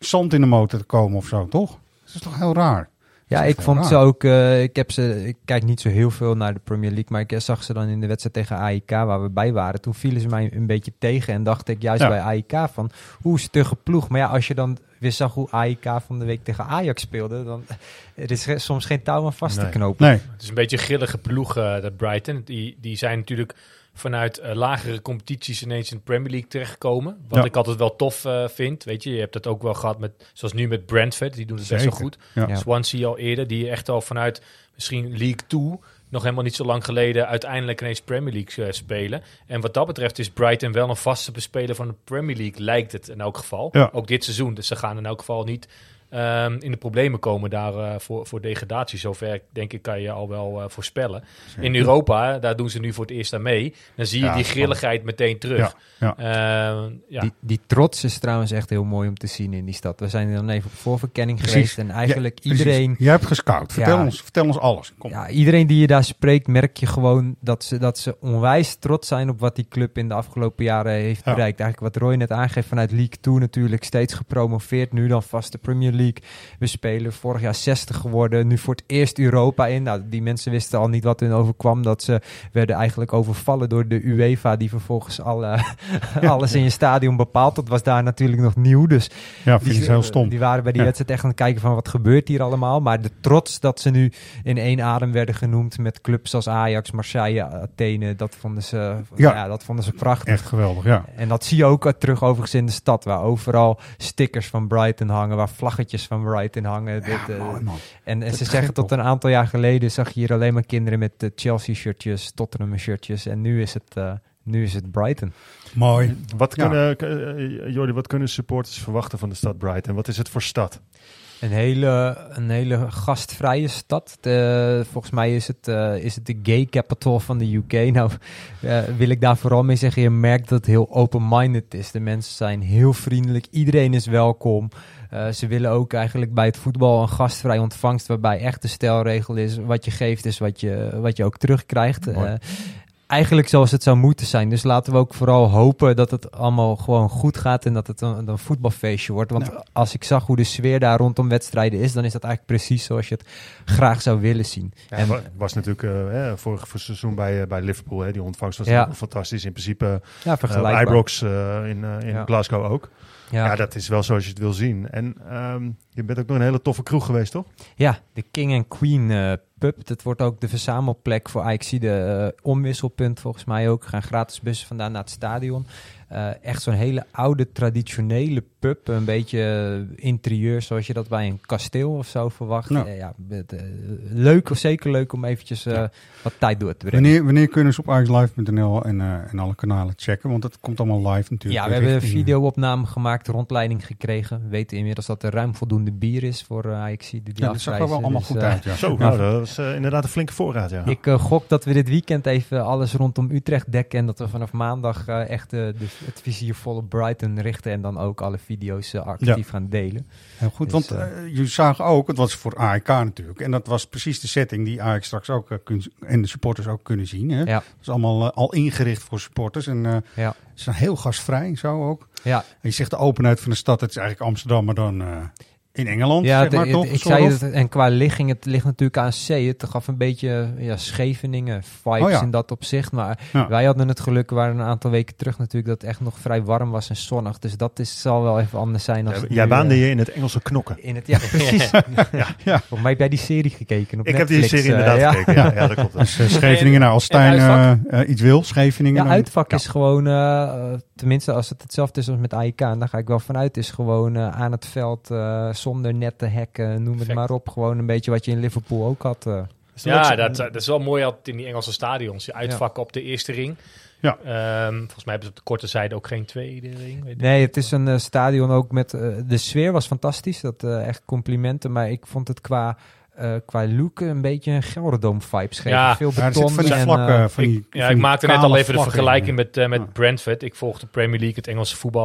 zand in de motor te komen of zo, toch? Dat is toch heel raar? Ja, ik vond ze ook... Uh, ik, heb ze, ik kijk niet zo heel veel naar de Premier League, maar ik zag ze dan in de wedstrijd tegen A I K, waar we bij waren. Toen vielen ze mij een beetje tegen en dacht ik juist ja. bij A I K van, hoe stugge ploeg. Maar ja, als je dan weer zag hoe A I K van de week tegen Ajax speelde, dan er is er soms geen touw aan vast nee. te knopen. Nee. Het is een beetje een grillige ploeg, uh, dat Brighton. Die, die zijn natuurlijk vanuit uh, lagere competities ineens in de Premier League terechtgekomen. Wat ja. ik altijd wel tof uh, vind. Weet je, je hebt dat ook wel gehad met, zoals nu met Brentford. Die doen het Zeker. best wel goed. Ja. Ja. Swansea al eerder, die echt al vanuit misschien League twee, nog helemaal niet zo lang geleden, uiteindelijk ineens Premier League uh, spelen. En wat dat betreft is Brighton wel een vaste bespeler van de Premier League, lijkt het in elk geval. Ja. Ook dit seizoen. Dus ze gaan in elk geval niet Um, in de problemen komen daar uh, voor, voor degradatie. Zover, denk ik, kan je al wel uh, voorspellen. Zeker. In Europa, daar doen ze nu voor het eerst aan mee. Dan zie je ja, die grilligheid meteen terug. Ja, ja. Uh, ja. Die, die trots is trouwens echt heel mooi om te zien in die stad. We zijn dan even op voorverkenning precies. geweest. En eigenlijk ja, iedereen... Jij hebt gescout. Vertel, ja, ons, vertel ons alles. Kom. Ja, iedereen die je daar spreekt, merk je gewoon dat ze, dat ze onwijs trots zijn op wat die club in de afgelopen jaren heeft ja. bereikt. Eigenlijk wat Roy net aangeeft vanuit League twee natuurlijk. Steeds gepromoveerd. Nu dan vast de Premier League. We spelen vorig jaar zestig geworden, nu voor het eerst Europa in. Nou, die mensen wisten al niet wat hun overkwam. Dat ze werden eigenlijk overvallen door de UEFA, die vervolgens alle, alles in je stadion bepaalt. Dat was daar natuurlijk nog nieuw. Dus ja, vind je heel stom. Die waren bij die ja. wedstrijd echt aan het kijken van wat gebeurt hier allemaal. Maar de trots dat ze nu in één adem werden genoemd met clubs als Ajax, Marseille, Athene, dat vonden ze, ja. Ja, dat vonden ze prachtig. Echt geweldig, ja. En dat zie je ook terug overigens in de stad, waar overal stickers van Brighton hangen, waar vlaggetjes van Brighton hangen. Ja, dit, uh, mooi, en en ze zeggen tot een aantal jaar geleden zag je hier alleen maar kinderen met uh, Chelsea-shirtjes, Tottenham-shirtjes. En nu is het, uh, nu is het Brighton. Mooi. Wat kunnen, ja. Jordi, wat kunnen supporters verwachten van de stad Brighton? Wat is het voor stad? Een hele, een hele gastvrije stad. De, volgens mij is het, uh, is het de gay capital van de U K. Nou, uh, wil ik daar vooral mee zeggen, je merkt dat het heel open-minded is. De mensen zijn heel vriendelijk. Iedereen is welkom. Uh, ze willen ook eigenlijk bij het voetbal een gastvrij ontvangst, waarbij echt de stelregel is, wat je geeft is wat je, wat je ook terugkrijgt. Uh, eigenlijk zoals het zou moeten zijn. Dus laten we ook vooral hopen dat het allemaal gewoon goed gaat en dat het een, een voetbalfeestje wordt. Want nou. als ik zag hoe de sfeer daar rondom wedstrijden is, dan is dat eigenlijk precies zoals je het graag zou willen zien. Ja, en was natuurlijk uh, eh, vorig seizoen bij, uh, bij Liverpool, hè, die ontvangst was ja. fantastisch. In principe ja, vergelijkbaar. Uh, Ibrox uh, in, uh, in ja. Glasgow ook. Ja. ja, dat is wel zoals je het wil zien. En um, je bent ook nog een hele toffe kroeg geweest, toch? Ja, de King and Queen uh, pub. Dat wordt ook de verzamelplek voor Ajax, de uh, omwisselpunt volgens mij ook. Er gaan gratis bussen vandaan naar het stadion. Uh, echt zo'n hele oude, traditionele pub. Een beetje uh, interieur zoals je dat bij een kasteel of zo verwacht. Ja. Uh, ja, uh, leuk, zeker leuk om eventjes uh, ja. wat tijd door te brengen. Wanneer, wanneer kunnen ze op ajax live punt n l en, uh, en alle kanalen checken? Want het komt allemaal live natuurlijk. Ja, we hebben een videoopname gemaakt, rondleiding gekregen. We weten inmiddels dat er ruim voldoende bier is voor uh, Ajax. Die ja, dat zag er wel allemaal dus, goed uh, uit. Ja. Zo, nou, dat was uh, inderdaad een flinke voorraad. Ja. Ik uh, gok dat we dit weekend even alles rondom Utrecht dekken en dat we vanaf maandag uh, echt uh, de, het vizier vol op Brighton richten en dan ook alle video's uh, actief ja. gaan delen. Heel goed, dus, want uh, uh, je zag ook, het was voor A E K natuurlijk, en dat was precies de setting die Ajax straks ook uh, kun, en de supporters ook kunnen zien. Hè? Ja. Dat is allemaal uh, al ingericht voor supporters en uh, ja. ze zijn heel gastvrij, zo ook. Ja. En je zegt de openheid van de stad, het is eigenlijk Amsterdam, maar dan... Uh, in Engeland, ja, zeg maar, de, toch? Ik zei het, en qua ligging, het ligt natuurlijk aan zee. Het gaf een beetje ja, Scheveningen vibes oh ja. in dat opzicht. Maar ja. wij hadden het geluk, we waren een aantal weken terug natuurlijk, dat het echt nog vrij warm was en zonnig. Dus dat is, zal wel even anders zijn. Als ja, jij baande je in het Engelse knokken. In het, ja, precies. ja. Ja. Volgens mij heb jij die serie gekeken op Ik Netflix, heb die serie inderdaad uh, gekeken. Ja. Ja, dat klopt. Dus uh, Scheveningen, nou, als Stijn uh, uh, iets wil, Scheveningen. Ja, uitvak dan, is ja. gewoon, uh, tenminste als het hetzelfde is als met A I K, dan ga ik wel vanuit, is gewoon uh, aan het veld, uh, zonder nette hekken, noem het Perfect. maar op. Gewoon een beetje wat je in Liverpool ook had. Uh. Ja, dat, dat is wel mooi altijd in die Engelse stadions. Je uitvakken ja. op de eerste ring. Ja. Um, volgens mij hebben ze op de korte zijde ook geen tweede ring. Weet nee, het is een uh, stadion ook met... Uh, de sfeer was fantastisch. Dat uh, echt complimenten. Maar ik vond het qua... Uh, qua look een beetje een Gelderdoom-vibes geven. Ja, veel beton. Ja, van die en, vlakken. Uh, van die, ik, ja, van ik maakte net al even de vlakken. vergelijking met, uh, met ja. Brentford. Ik volg de Premier League, het Engelse voetbal,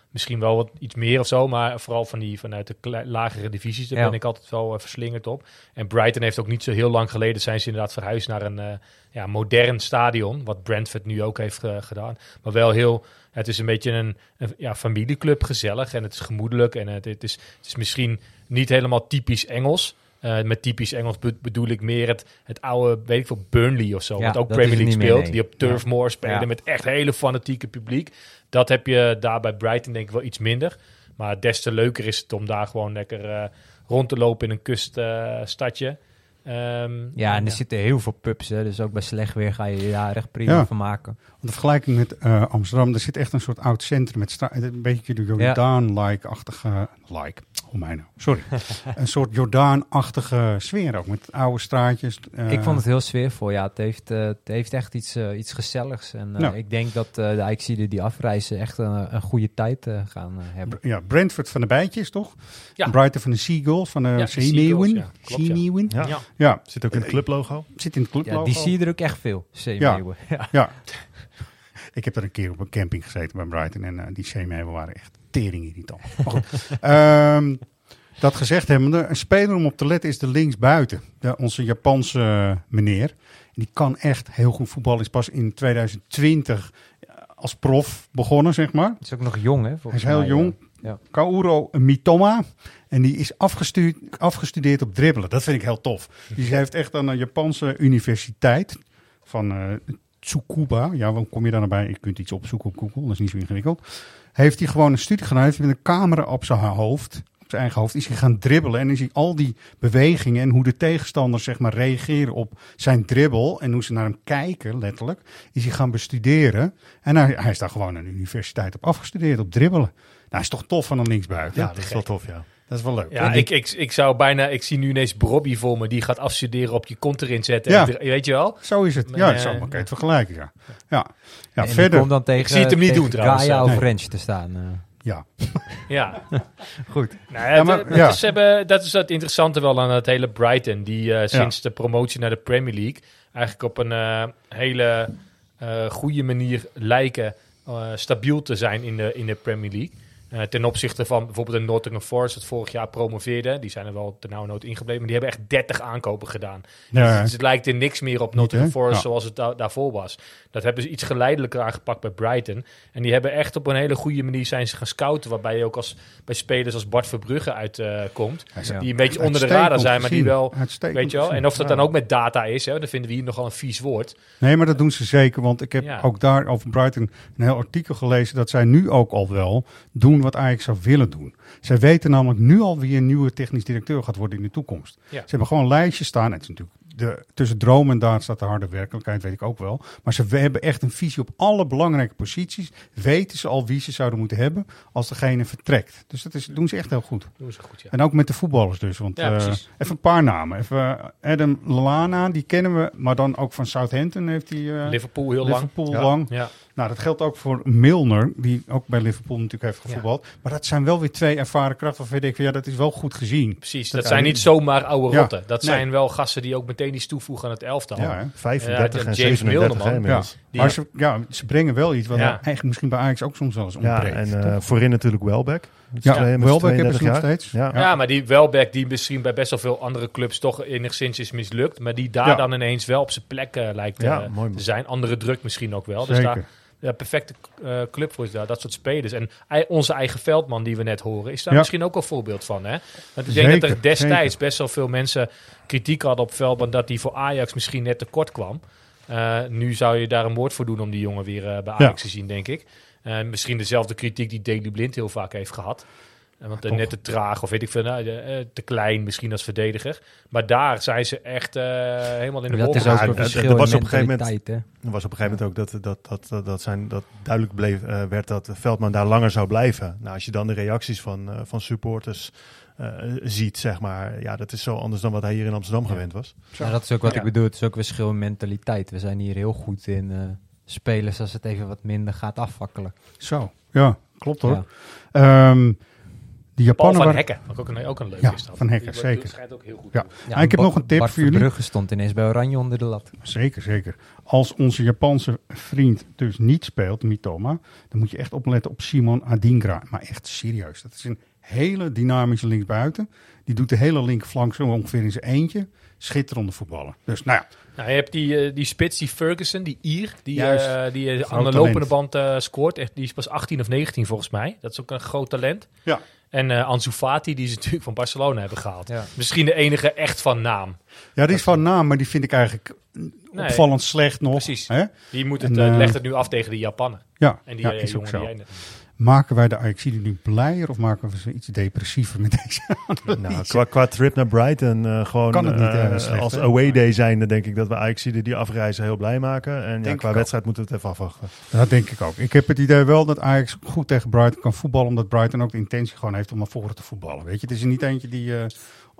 misschien wel wat iets meer of zo, maar vooral van die, vanuit de kle- lagere divisies, daar Ja. ben ik altijd wel uh, verslingerd op. En Brighton heeft ook niet zo heel lang geleden, zijn ze inderdaad verhuisd naar een uh, ja, modern stadion, wat Brentford nu ook heeft uh, gedaan. Maar wel heel, het is een beetje een, een ja, familieclub, gezellig en het is gemoedelijk en het, het, is, het is misschien niet helemaal typisch Engels. Uh, met typisch Engels be- bedoel ik meer het, het oude, weet ik veel, Burnley of zo. Ja, wat ook dat Premier is het League niet meer, speelt. nee. Die op Turf Moor spelen Ja. met echt hele fanatieke publiek. Dat heb je daar bij Brighton denk ik wel iets minder. Maar des te leuker is het om daar gewoon lekker uh, rond te lopen in een kuststadje. Uh, um, Ja, en er zitten heel veel pubs, hè, dus ook bij slecht weer ga je je daar echt prima Ja. van maken. Want de vergelijking met uh, Amsterdam, er zit echt een soort oud centrum met stra- een beetje de Jordaan-like-achtige, like, oh mij nou, sorry, een soort Jordaan-achtige sfeer ook met oude straatjes. Uh, Ik vond het heel sfeervol, ja. Het heeft, uh, het heeft echt iets, uh, iets gezelligs. En uh, Ja. ik denk dat uh, de Ajaxiden die afreizen echt een, een goede tijd uh, gaan uh, hebben. Ja, Brentford van de Bijtjes, toch? Ja. En Brighton van de Seagulls, van de Ja, de Zeemeeuwen. Seagulls, ja. Klopt, ja. Zeemeeuwen. Ja. Ja. Ja, Zit ook in het clublogo. zit in het Ja, clublogo. die zie je er ook echt veel, zeemeeuwen. Ja. Ja. Ik heb er een keer op een camping gezeten bij Brighton en uh, die zeemeeuwen waren echt tering irritant. Maar goed. um, dat gezegd hebbende, een speler om op te letten is de linksbuiten. De, onze Japanse uh, meneer. En die kan echt heel goed voetballen. Is pas in twintig twintig als prof begonnen, zeg maar. Het is ook nog jong, hè? Hij volgens is heel mij, jong. uh, ja. Kaoru Mitoma. En die is afgestu- afgestudeerd op dribbelen. Dat vind ik heel tof. Dus hij heeft echt aan een Japanse universiteit van uh, Tsukuba. Ja, waarom kom je daar nou bij? Je kunt iets opzoeken op Google. Dat is niet zo ingewikkeld. Heeft hij gewoon een studie gedaan. Heeft hij met een camera op zijn hoofd, op zijn eigen hoofd, is hij gaan dribbelen. En is hij al die bewegingen en hoe de tegenstanders zeg maar reageren op zijn dribbel. En hoe ze naar hem kijken, letterlijk. Is hij gaan bestuderen. En hij, hij is daar gewoon aan de universiteit op afgestudeerd, op dribbelen. Nou, is toch tof van een linksbuiten? Ja, dat is wel tof, ja. Dat is wel leuk. Ja, ik, ik, ik zou bijna, ik zie nu ineens Bobby voor me, die gaat afstuderen, op je kont erin zetten. Ja. En, weet je wel? Zo is het. Maar, Ja, eh, zo kan je het vergelijken. Ja, ja. ja En die verder. komt dan tegen, Ik zie het hem niet tegen doen, trouwens. Gaia of Nee. French te staan. uh. Ja, Ja. Goed. Nou, ja, Ja, maar- het- het ja. is, hebben, dat is het interessante wel aan het hele Brighton. Die uh, sinds de promotie naar de Premier League eigenlijk op een uh, hele uh, goede manier lijken uh, stabiel te zijn in de, in de Premier League. Uh, ten opzichte van bijvoorbeeld de Nottingham Forest, dat vorig jaar promoveerde. Die zijn er wel ternauwernood ingebleven. Maar die hebben echt dertig aankopen gedaan. Ja. Dus het lijkt in niks meer op Niet, Nottingham hè? Forest Ja. zoals het da- daarvoor was. Dat hebben ze iets geleidelijker aangepakt bij Brighton. En die hebben echt op een hele goede manier zijn ze gaan scouten. Waarbij je ook als, bij spelers als Bart Verbrugge uitkomt. Uh, Ja. die een beetje onder de Uitstekend radar zijn, maar die gezien. wel... Uitstekend Weet je wel? gezien. En of dat Ja. dan ook met data is, hè, dat vinden we hier nogal een vies woord. Nee, maar dat doen ze zeker. Want ik heb Ja. ook daar over Brighton een heel artikel gelezen dat zij nu ook al wel doen wat Ajax zou willen doen. Zij weten namelijk nu al wie een nieuwe technisch directeur gaat worden in de toekomst. Ja. Ze hebben gewoon een lijstje staan. Het is natuurlijk de, tussen droom en daad staat de harde werkelijkheid, weet ik ook wel. Maar ze hebben echt een visie op alle belangrijke posities. Weten ze al wie ze zouden moeten hebben als degene vertrekt. Dus dat is, doen ze echt heel goed. Doen ze goed, ja. En ook met de voetballers dus. Want, Ja, eh, precies. even een paar namen. Even uh, Adam Lallana, die kennen we. Maar dan ook van Southampton heeft hij... uh, Liverpool heel Liverpool Ja. lang. lang. Ja. Nou, dat geldt ook voor Milner, die ook bij Liverpool natuurlijk heeft gevoetbald. Maar dat zijn wel weer twee ervaren krachten waarvan ik denk van ja, dat is wel goed gezien. Precies, Dat dat, zijn kan niet zomaar oude Ja. rotten. Dat Nee. zijn wel gasten die ook meteen iets toevoegen aan het elftal. Ja, hè? vijfendertig Ja, en James zevenendertig Milner, man. inmiddels. Die- Maar ze, ja, ze brengen wel iets wat Ja. er eigenlijk misschien bij Ajax ook soms wel eens Ja, ontbreekt. en uh, voorin natuurlijk Welbeck. Met Ja, z'n tweeën- met Welbeck z'n hebben ze nog tweeëndertig steeds. jaar. Ja. Ja, maar die Welbeck die misschien bij best wel veel andere clubs toch enigszins is mislukt. Maar die daar Ja. dan ineens wel op zijn plek uh, lijkt Ja, uh, mooi, man. te zijn. Andere druk misschien ook wel. Dus Zeker. daar, ja, perfecte uh, club voor daar, dat soort spelers. En ei- onze eigen Veldman die we net horen, is daar Ja. misschien ook een voorbeeld van. Hè? Want ik denk dat Zeker, er destijds zeker. best wel veel mensen kritiek hadden op Veldman dat hij voor Ajax misschien net tekort kwam. Uh, nu zou je daar een woord voor doen om die jongen weer uh, bij Ajax Ja. te zien, denk ik. Uh, misschien dezelfde kritiek die Daley Blind heel vaak heeft gehad. Uh, want uh, Toch. net te traag of weet ik veel, nou, uh, te klein misschien als verdediger. Maar daar zijn ze echt uh, helemaal in de Dat bol is gegaan. ook een Ja, verschil er was in op een gegeven moment- mentaliteit, hè. Er was op een gegeven moment ook dat, dat, dat, dat, dat, zijn, dat duidelijk bleef, uh, werd dat Veldman daar langer zou blijven. Nou, als je dan de reacties van, uh, van supporters uh, ziet, zeg maar, ja, dat is zo anders dan wat hij hier in Amsterdam gewend was. Nou, dat is ook wat Ja. ik bedoel. Het is ook een verschil in mentaliteit. We zijn hier heel goed in uh, spelers als het even wat minder gaat afwakkelen. Zo, ja, klopt hoor. Ja. Ehm, Die Paul Japaner van waren- Hekken, ook een, ook een leuke Ja, is dat. Van Hekken, Die zeker. schijnt ook heel goed Ja. te doen. Ja, Ah, ik heb Bart- nog een tip Bart voor jullie. Verbrugge stond ineens bij Oranje onder de lat. Zeker, zeker. Als onze Japanse vriend dus niet speelt, Mitoma, dan moet je echt opletten op Simon Adingra. Maar echt serieus. Dat is een hele dynamische linksbuiten. Die doet de hele linkerflank zo ongeveer in zijn eentje. Schitterende voetballen. Dus nou ja, Nou, je hebt die, eh, die spits, die Ferguson, die Ier, die, Juist. eh, die eh, Groot aan de talent. lopende band eh, scoort. Echt, die is pas achttien of negentien volgens mij. Dat is ook een groot talent. Ja. En eh Ansu Fati, die ze natuurlijk van Barcelona hebben gehaald. Ja. Misschien de enige echt van naam. ja, die is van naam, maar die vind ik eigenlijk Nee, opvallend slecht nog. precies. Hè? Die moet het, En, eh, eh, legt het nu af tegen de Japanen. Ja, En die ja eh, is ook jongen zo. die jij net... Maken wij de Ajaxiden nu blijer of maken we ze iets depressiever met deze analyse? Nou, qua, qua trip naar Brighton, eh, gewoon Kan het niet, eh, eh, slecht, als hè? away day zijnde, denk ik dat we Ajaxiden die afreizen heel blij maken. En ja, Denk qua ik wedstrijd moeten we het even afwachten. Dat denk ik ook. Ik heb het idee wel dat Ajax goed tegen Brighton kan voetballen, omdat Brighton ook de intentie gewoon heeft om naar voren te voetballen. Weet je, het is er niet eentje die eh,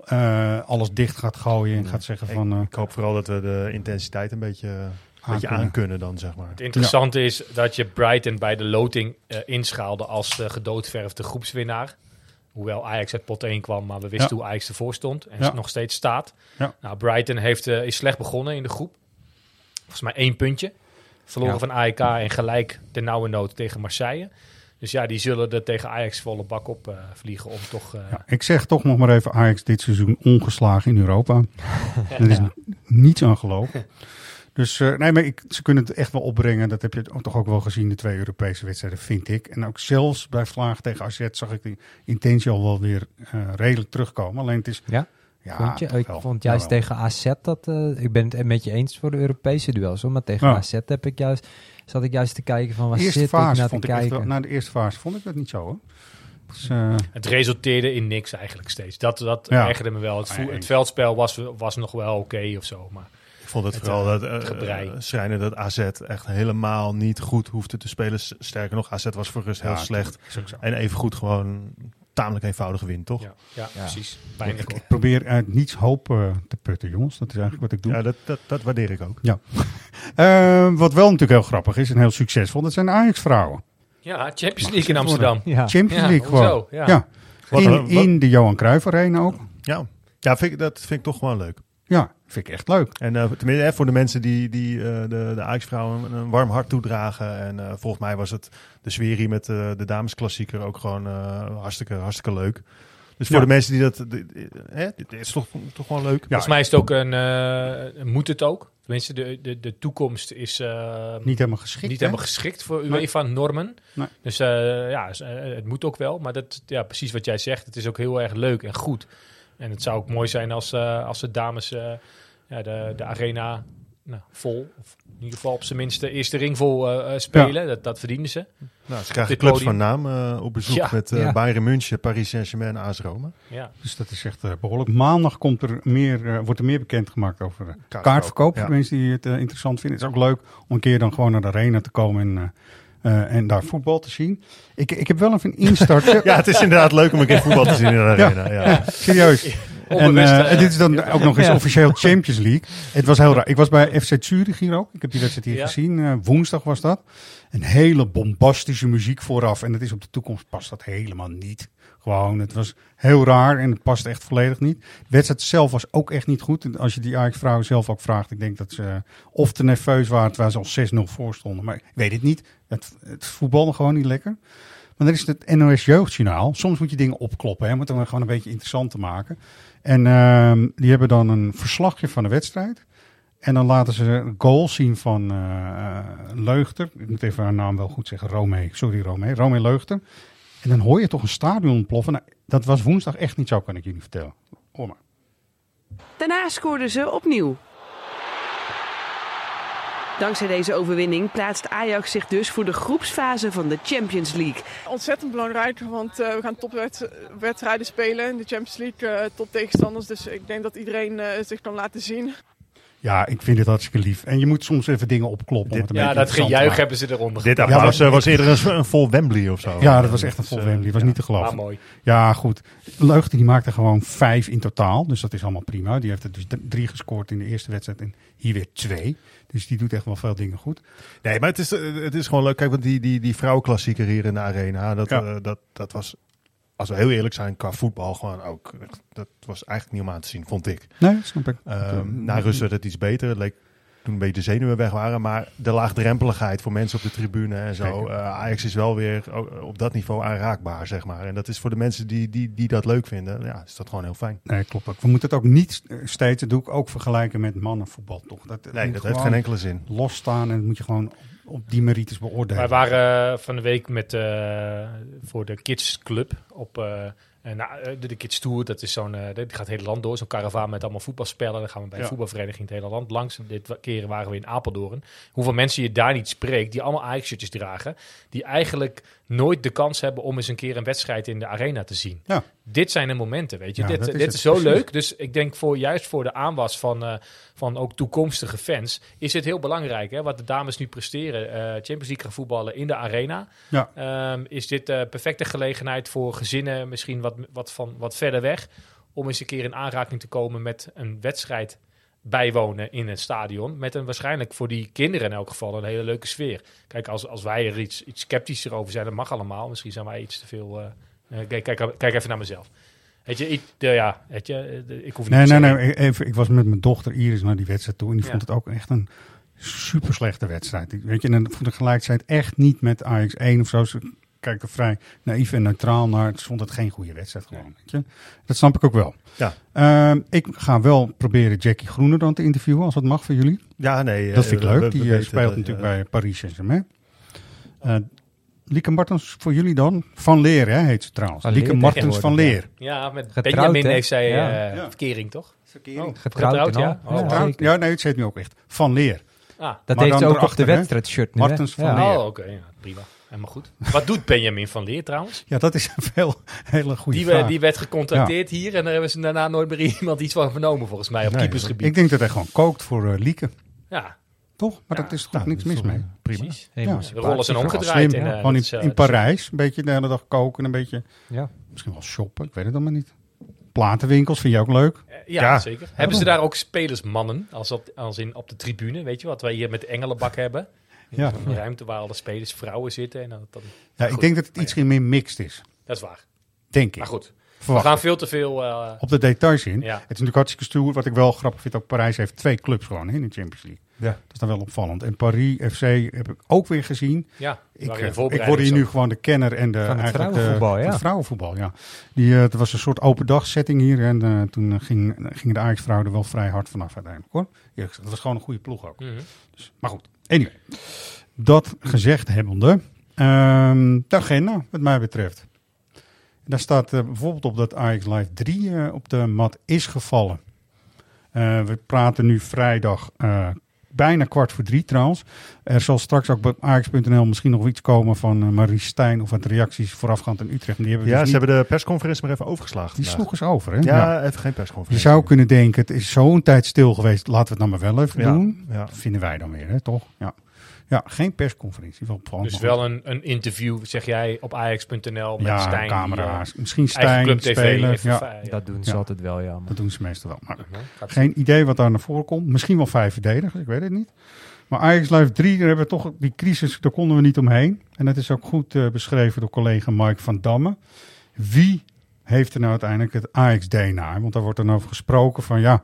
eh, alles dicht gaat gooien en gaat zeggen van... eh, Ik hoop vooral dat we de intensiteit een beetje, een beetje Aankunnen. aankunnen dan, zeg maar. Het interessante is dat je Brighton bij de loting eh, inschaalde als uh, gedoodverfde groepswinnaar. Hoewel Ajax uit pot één kwam, maar we wisten Ja. hoe Ajax ervoor stond. En Ja. nog steeds staat. Ja. Nou, Brighton heeft, uh, is slecht begonnen in de groep. Volgens mij één puntje. Verloren Ja. van A E K en gelijk de nauwe nood tegen Marseille. Dus ja, die zullen er tegen Ajax volle bak op uh, vliegen om toch... Uh, ja, ik zeg toch nog maar even Ajax dit seizoen ongeslagen in Europa. Er is Ja. niets aan gelopen. Dus uh, nee, maar ik, ze kunnen het echt wel opbrengen. Dat heb je ook toch ook wel gezien, de twee Europese wedstrijden, vind ik. En ook zelfs bij Vlaag tegen A Z zag ik die intentie al wel weer uh, redelijk terugkomen. Alleen het is... Ja? Ja, vond je? toch Ik wel. vond juist Jawel. tegen A Z dat... eh, ik ben het met je eens voor de Europese duels, hoor. Maar tegen Ja. A Z heb ik juist, zat ik juist te kijken van waar De eerste zit ik fase naar te vond ik echt kijken. wel, na de eerste fase vond ik dat niet zo, hoor. Dus, uh, Het resulteerde in niks eigenlijk steeds. Dat, dat Ja. ergerde me wel. Het, vo- Ja, het veldspel was, was nog wel oké okay of zo. Maar Ik vond het, Het, vooral uh, dat het uh, gebrei. uh, schrijnen dat A Z echt helemaal niet goed hoefde te spelen. S- Sterker nog, A Z was voor rust heel ja, slecht. is ook zo. En even goed gewoon tamelijk eenvoudige win, toch? ja, ja, Ja. precies. Ik, Pijnlijk hoor. ik probeer uit niets hoop uh, te putten, jongens. Dat is eigenlijk wat ik doe. Ja, dat, dat, dat waardeer ik ook. Uh, wat wel natuurlijk heel grappig is en heel succesvol, dat zijn de Ajax-vrouwen. Ja, Champions League in Amsterdam. Ja. Champions Ja, League hoezo? gewoon. Ja. Ja. Wat- In, wat- in de Johan Cruijff Arena ook. Ja, ja vind ik, dat vind ik toch gewoon leuk. Ja, vind ik echt leuk. En uh, tenminste, hè, voor de mensen die, die uh, de, de Ajax-vrouwen een, een warm hart toedragen. En uh, volgens mij was het de sfeer hier met uh, de damesklassieker ook gewoon uh, hartstikke, hartstikke leuk. Dus voor Ja. de mensen die dat... De, de, hè, dit is toch, toch gewoon leuk. Volgens mij is het ook een... uh, moet het ook. Tenminste, de, de, de toekomst is uh, Niet helemaal geschikt. niet hè? helemaal geschikt voor Nee. UEFA-normen. Nee. Dus uh, ja, het moet ook wel. Maar dat, ja, precies wat jij zegt. Het is ook heel erg leuk en goed. En het zou ook mooi zijn als, uh, als de dames uh, ja, de, de arena nou, vol... Of in ieder geval op zijn minst de eerste ring vol uh, spelen. Ja. Dat, dat verdienen ze. Nou, ze krijgen Dit clubs podium. van naam uh, op bezoek Ja. met uh, Ja. Bayern München, Paris Saint-Germain en A S Roma. Ja. Dus dat is echt uh, behoorlijk. Maandag komt er meer, uh, wordt er meer bekendgemaakt over uh, Kaartverkoop. kaartverkoop. Ja. Voor mensen die het uh, interessant vinden. Het is ook leuk om een keer dan gewoon naar de arena te komen en, uh, uh, en daar voetbal te zien. Ik, ik heb wel even een instart. Ja, het is inderdaad leuk om een keer voetbal te zien in de arena. Ja. Ja, serieus. En, Onbewust, uh, uh, en dit is dan ook nog eens Ja. officieel Champions League. Het was heel raar. Ik was bij F C Zurich hier ook. Ik heb die wedstrijd hier Ja. gezien. Uh, woensdag was dat. Een hele bombastische muziek vooraf. En dat is op de toekomst past dat helemaal niet. Gewoon, het was heel raar en het past echt volledig niet. De wedstrijd zelf was ook echt niet goed. En als je die Ajax-vrouwen zelf ook vraagt, ik denk dat ze uh, of te nerveus waren terwijl ze al zes nul voor stonden. Maar ik weet het niet. Het, het voetbalde gewoon niet lekker. Maar dan is het N O S Jeugdjournaal. Soms moet je dingen opkloppen, hè, om het dan gewoon een beetje interessant te maken. En uh, die hebben dan een verslagje van de wedstrijd. En dan laten ze een goal zien van uh, Leugter. Ik moet even haar naam wel goed zeggen. Romee. Sorry Romee. Romee Leugter. En dan hoor je toch een stadion ontploffen. Nou, dat was woensdag echt niet zo, kan ik jullie vertellen. Hoor maar. Daarna scoorden ze opnieuw. Dankzij deze overwinning plaatst Ajax zich dus voor de groepsfase van de Champions League. Ontzettend belangrijk, want uh, we gaan topwedstrijden spelen in de Champions League, uh, top tegenstanders. Dus ik denk dat iedereen uh, zich kan laten zien. Ja, ik vind het hartstikke lief. En je moet soms even dingen opkloppen. Om het een Ja, beetje dat interessant te gejuich maken. hebben ze eronder. Dit geplaatst. applaus Ja, maar- was eerder een, een vol Wembley of zo. Ja, dat was echt een vol Dus, Wembley. Die was ja. niet te geloven. Maar mooi. Ja, goed. Leugte die maakte gewoon vijf in totaal. Dus dat is allemaal prima. Die heeft er dus d- drie gescoord in de eerste wedstrijd. En hier weer twee. Dus die doet echt wel veel dingen goed. Nee, maar het is, uh, het is gewoon leuk. Kijk, want die, die, die vrouwenklassieker hier in de arena, dat, Ja. uh, dat, dat was als we heel eerlijk zijn, qua voetbal gewoon ook. Dat was eigenlijk niet om aan te zien, vond ik. Nee, snap ik. Um, na rust werd het iets beter. Het leek toen een beetje de zenuwen weg waren. Maar de laagdrempeligheid voor mensen op de tribune en zo. Uh, Ajax is wel weer op dat niveau aanraakbaar, zeg maar. En dat is voor de mensen die, die, die dat leuk vinden, ja, is dat gewoon heel fijn. Nee, klopt ook. We moeten het ook niet steeds, dat doe ik ook vergelijken met mannenvoetbal, toch? Dat, nee, dat heeft geen enkele zin. Losstaan en dat moet je gewoon op die merites beoordelen. Wij waren uh, van de week met uh, voor de Kids Club op uh, uh, nou, de, de Kids Tour. Dat is zo'n, uh, die gaat het hele land door. Zo'n karavaan met allemaal voetbalspellen. Dan gaan we bij een ja. voetbalvereniging het hele land langs. Dit keer waren we in Apeldoorn. Hoeveel mensen je daar niet spreekt, die allemaal Ajax-shirtjes dragen, die eigenlijk nooit de kans hebben om eens een keer een wedstrijd in de arena te zien. Ja. Dit zijn de momenten, weet je. Ja, dit is dit het, is zo precies. leuk. Dus ik denk voor juist voor de aanwas van, uh, van ook toekomstige fans is het heel belangrijk. Hè, wat de dames nu presteren. Uh, Champions League gaan voetballen in de arena. Ja. Um, is dit uh, perfecte gelegenheid voor gezinnen misschien wat, wat, van, wat verder weg. Om eens een keer in aanraking te komen met een wedstrijd bijwonen in het stadion. Met een waarschijnlijk voor die kinderen in elk geval een hele leuke sfeer. Kijk, als, als wij er iets, iets sceptischer over zijn, dat mag allemaal. Misschien zijn wij iets te veel... Uh, uh, kijk, kijk, kijk even naar mezelf. Weet je, ik, de, ja, weet je, de, ik hoef niet Nee, te nee, zeggen. nee. Even, ik was met mijn dochter Iris naar die wedstrijd toe en die Ja. vond het ook echt een super slechte wedstrijd. Weet je, en dan vond ik gelijkheid echt niet met Ajax één of zo. Ze kijken vrij naïef en neutraal naar. Het vond het geen goede wedstrijd gewoon. Nee. Weet je? Dat snap ik ook wel. Ja. Uh, ik ga wel proberen Jackie Groener dan te interviewen, als dat mag voor jullie. Ja, nee. Dat vind ik uh, leuk. we- Die we uh, weten speelt dat, natuurlijk ja. bij Paris Saint-Germain. Uh, Lieke Martens voor jullie dan. Van Leer, hè, heet ze trouwens. Van Lieke Leer Martens van tegenwoordig, Leer. Ja, met Getrouwd, Benjamin hè? heeft zij Ja. uh, Ja. verkering, toch? Verkering. Oh, Getrouwd, getrouwd, en al. ja? Oh, Ja, Getrouwd? zeker. Ja, nee, het heet nu ook echt. Van Leer. Ah, Dat Maar heeft ze dan ook op de erachter, hè? wedstrijdshirt nu, hè? Martens van Ja. Leer. oh, oké. Okay, ja, prima. Helemaal goed. Wat doet Benjamin van Leer trouwens? Ja, dat is een veel, hele goede Die, vraag. we, die werd gecontacteerd hier en daar hebben ze daarna nooit meer iemand iets van vernomen volgens mij op Nee, keepersgebied. Ik denk dat hij gewoon kookt voor uh, Lieke. Ja, Toch? Maar Ja. dat is toch Nou, niks dat is mis toch, mee. uh, Prima. precies. Helemaal Ja, De rollen zijn Toch wel omgedraaid. slim, En, hè? uh, Gewoon dat in, is, uh, in dat is- Parijs. Een beetje de hele dag koken. Een beetje, Ja. misschien wel shoppen. Ik weet het allemaal niet. Platenwinkels vind je ook leuk. Uh, ja, Ja. zeker. Hebben ze daar ook spelersmannen, als, op, als in op de tribune, weet je wat wij hier met de Engelenbak hebben? Ja. Een ruimte waar alle spelers vrouwen zitten. En dan, dan, Ja, ik goed. denk dat het iets meer mixed is. Dat is waar. Denk ik. Maar goed, we Verwacht. gaan veel te veel... uh, Op de details in. Ja. Het is natuurlijk hartstikke stoer. Wat ik wel grappig vind, ook Parijs heeft twee clubs gewoon hè, in de Champions League. Ja. Dat is dan wel opvallend. En Paris F C heb ik ook weer gezien. ja, Ik, waren in eh, de ik word voorbereiding hier nu zo. gewoon de kenner en de Van het eigenlijk de- vrouwenvoetbal, ja. van het vrouwenvoetbal, ja. Die, uh, het was een soort open dag setting hier en uh, toen uh, ging, gingen de Ajax-vrouwen er wel vrij hard vanaf uiteindelijk hoor. Eerlijk gezegd, het was gewoon een goede ploeg ook. Mhm. Dus, maar goed, anyway. Dat gezegd hebbende, um, de agenda wat mij betreft. Daar staat uh, bijvoorbeeld op dat Ajax Live drie uh, op de mat is gevallen. Uh, we praten nu vrijdag uh, bijna kwart voor drie trouwens. Er zal straks ook bij Ajax punt n l misschien nog iets komen van uh, Marie Stijn of wat reacties voorafgaand in Utrecht. Die hebben we Ja, dus ze niet- hebben de persconferentie maar even overgeslagen die vandaag. sloeg eens over. Hè? Ja, even geen Je persconferentie. zou kunnen denken, het is zo'n tijd stil geweest, laten we het nou maar wel even Ja, doen. ja. Dat vinden wij dan weer, hè, toch? Ja, ja geen persconferentie. Wel opvallend, Dus maar wel een, een interview, zeg jij, op Ajax punt n l met ja, Stijn. camera's. Misschien die, uh, eigen Stijn, Club T V. spelen. even Ja, va- ja. Dat doen ze Ja. altijd wel, ja. Maar. dat doen ze meestal wel. Maar Mhm, gaat geen idee wat daar naar voren komt. Misschien wel vijf verdedigers, ik weet het niet. Maar Ajax Live drie, daar hebben we toch die crisis, daar konden we niet omheen. En dat is ook goed uh, beschreven door collega Mike van Damme. Wie heeft er nou uiteindelijk het Ajax D N A? Want daar wordt dan over gesproken van ja,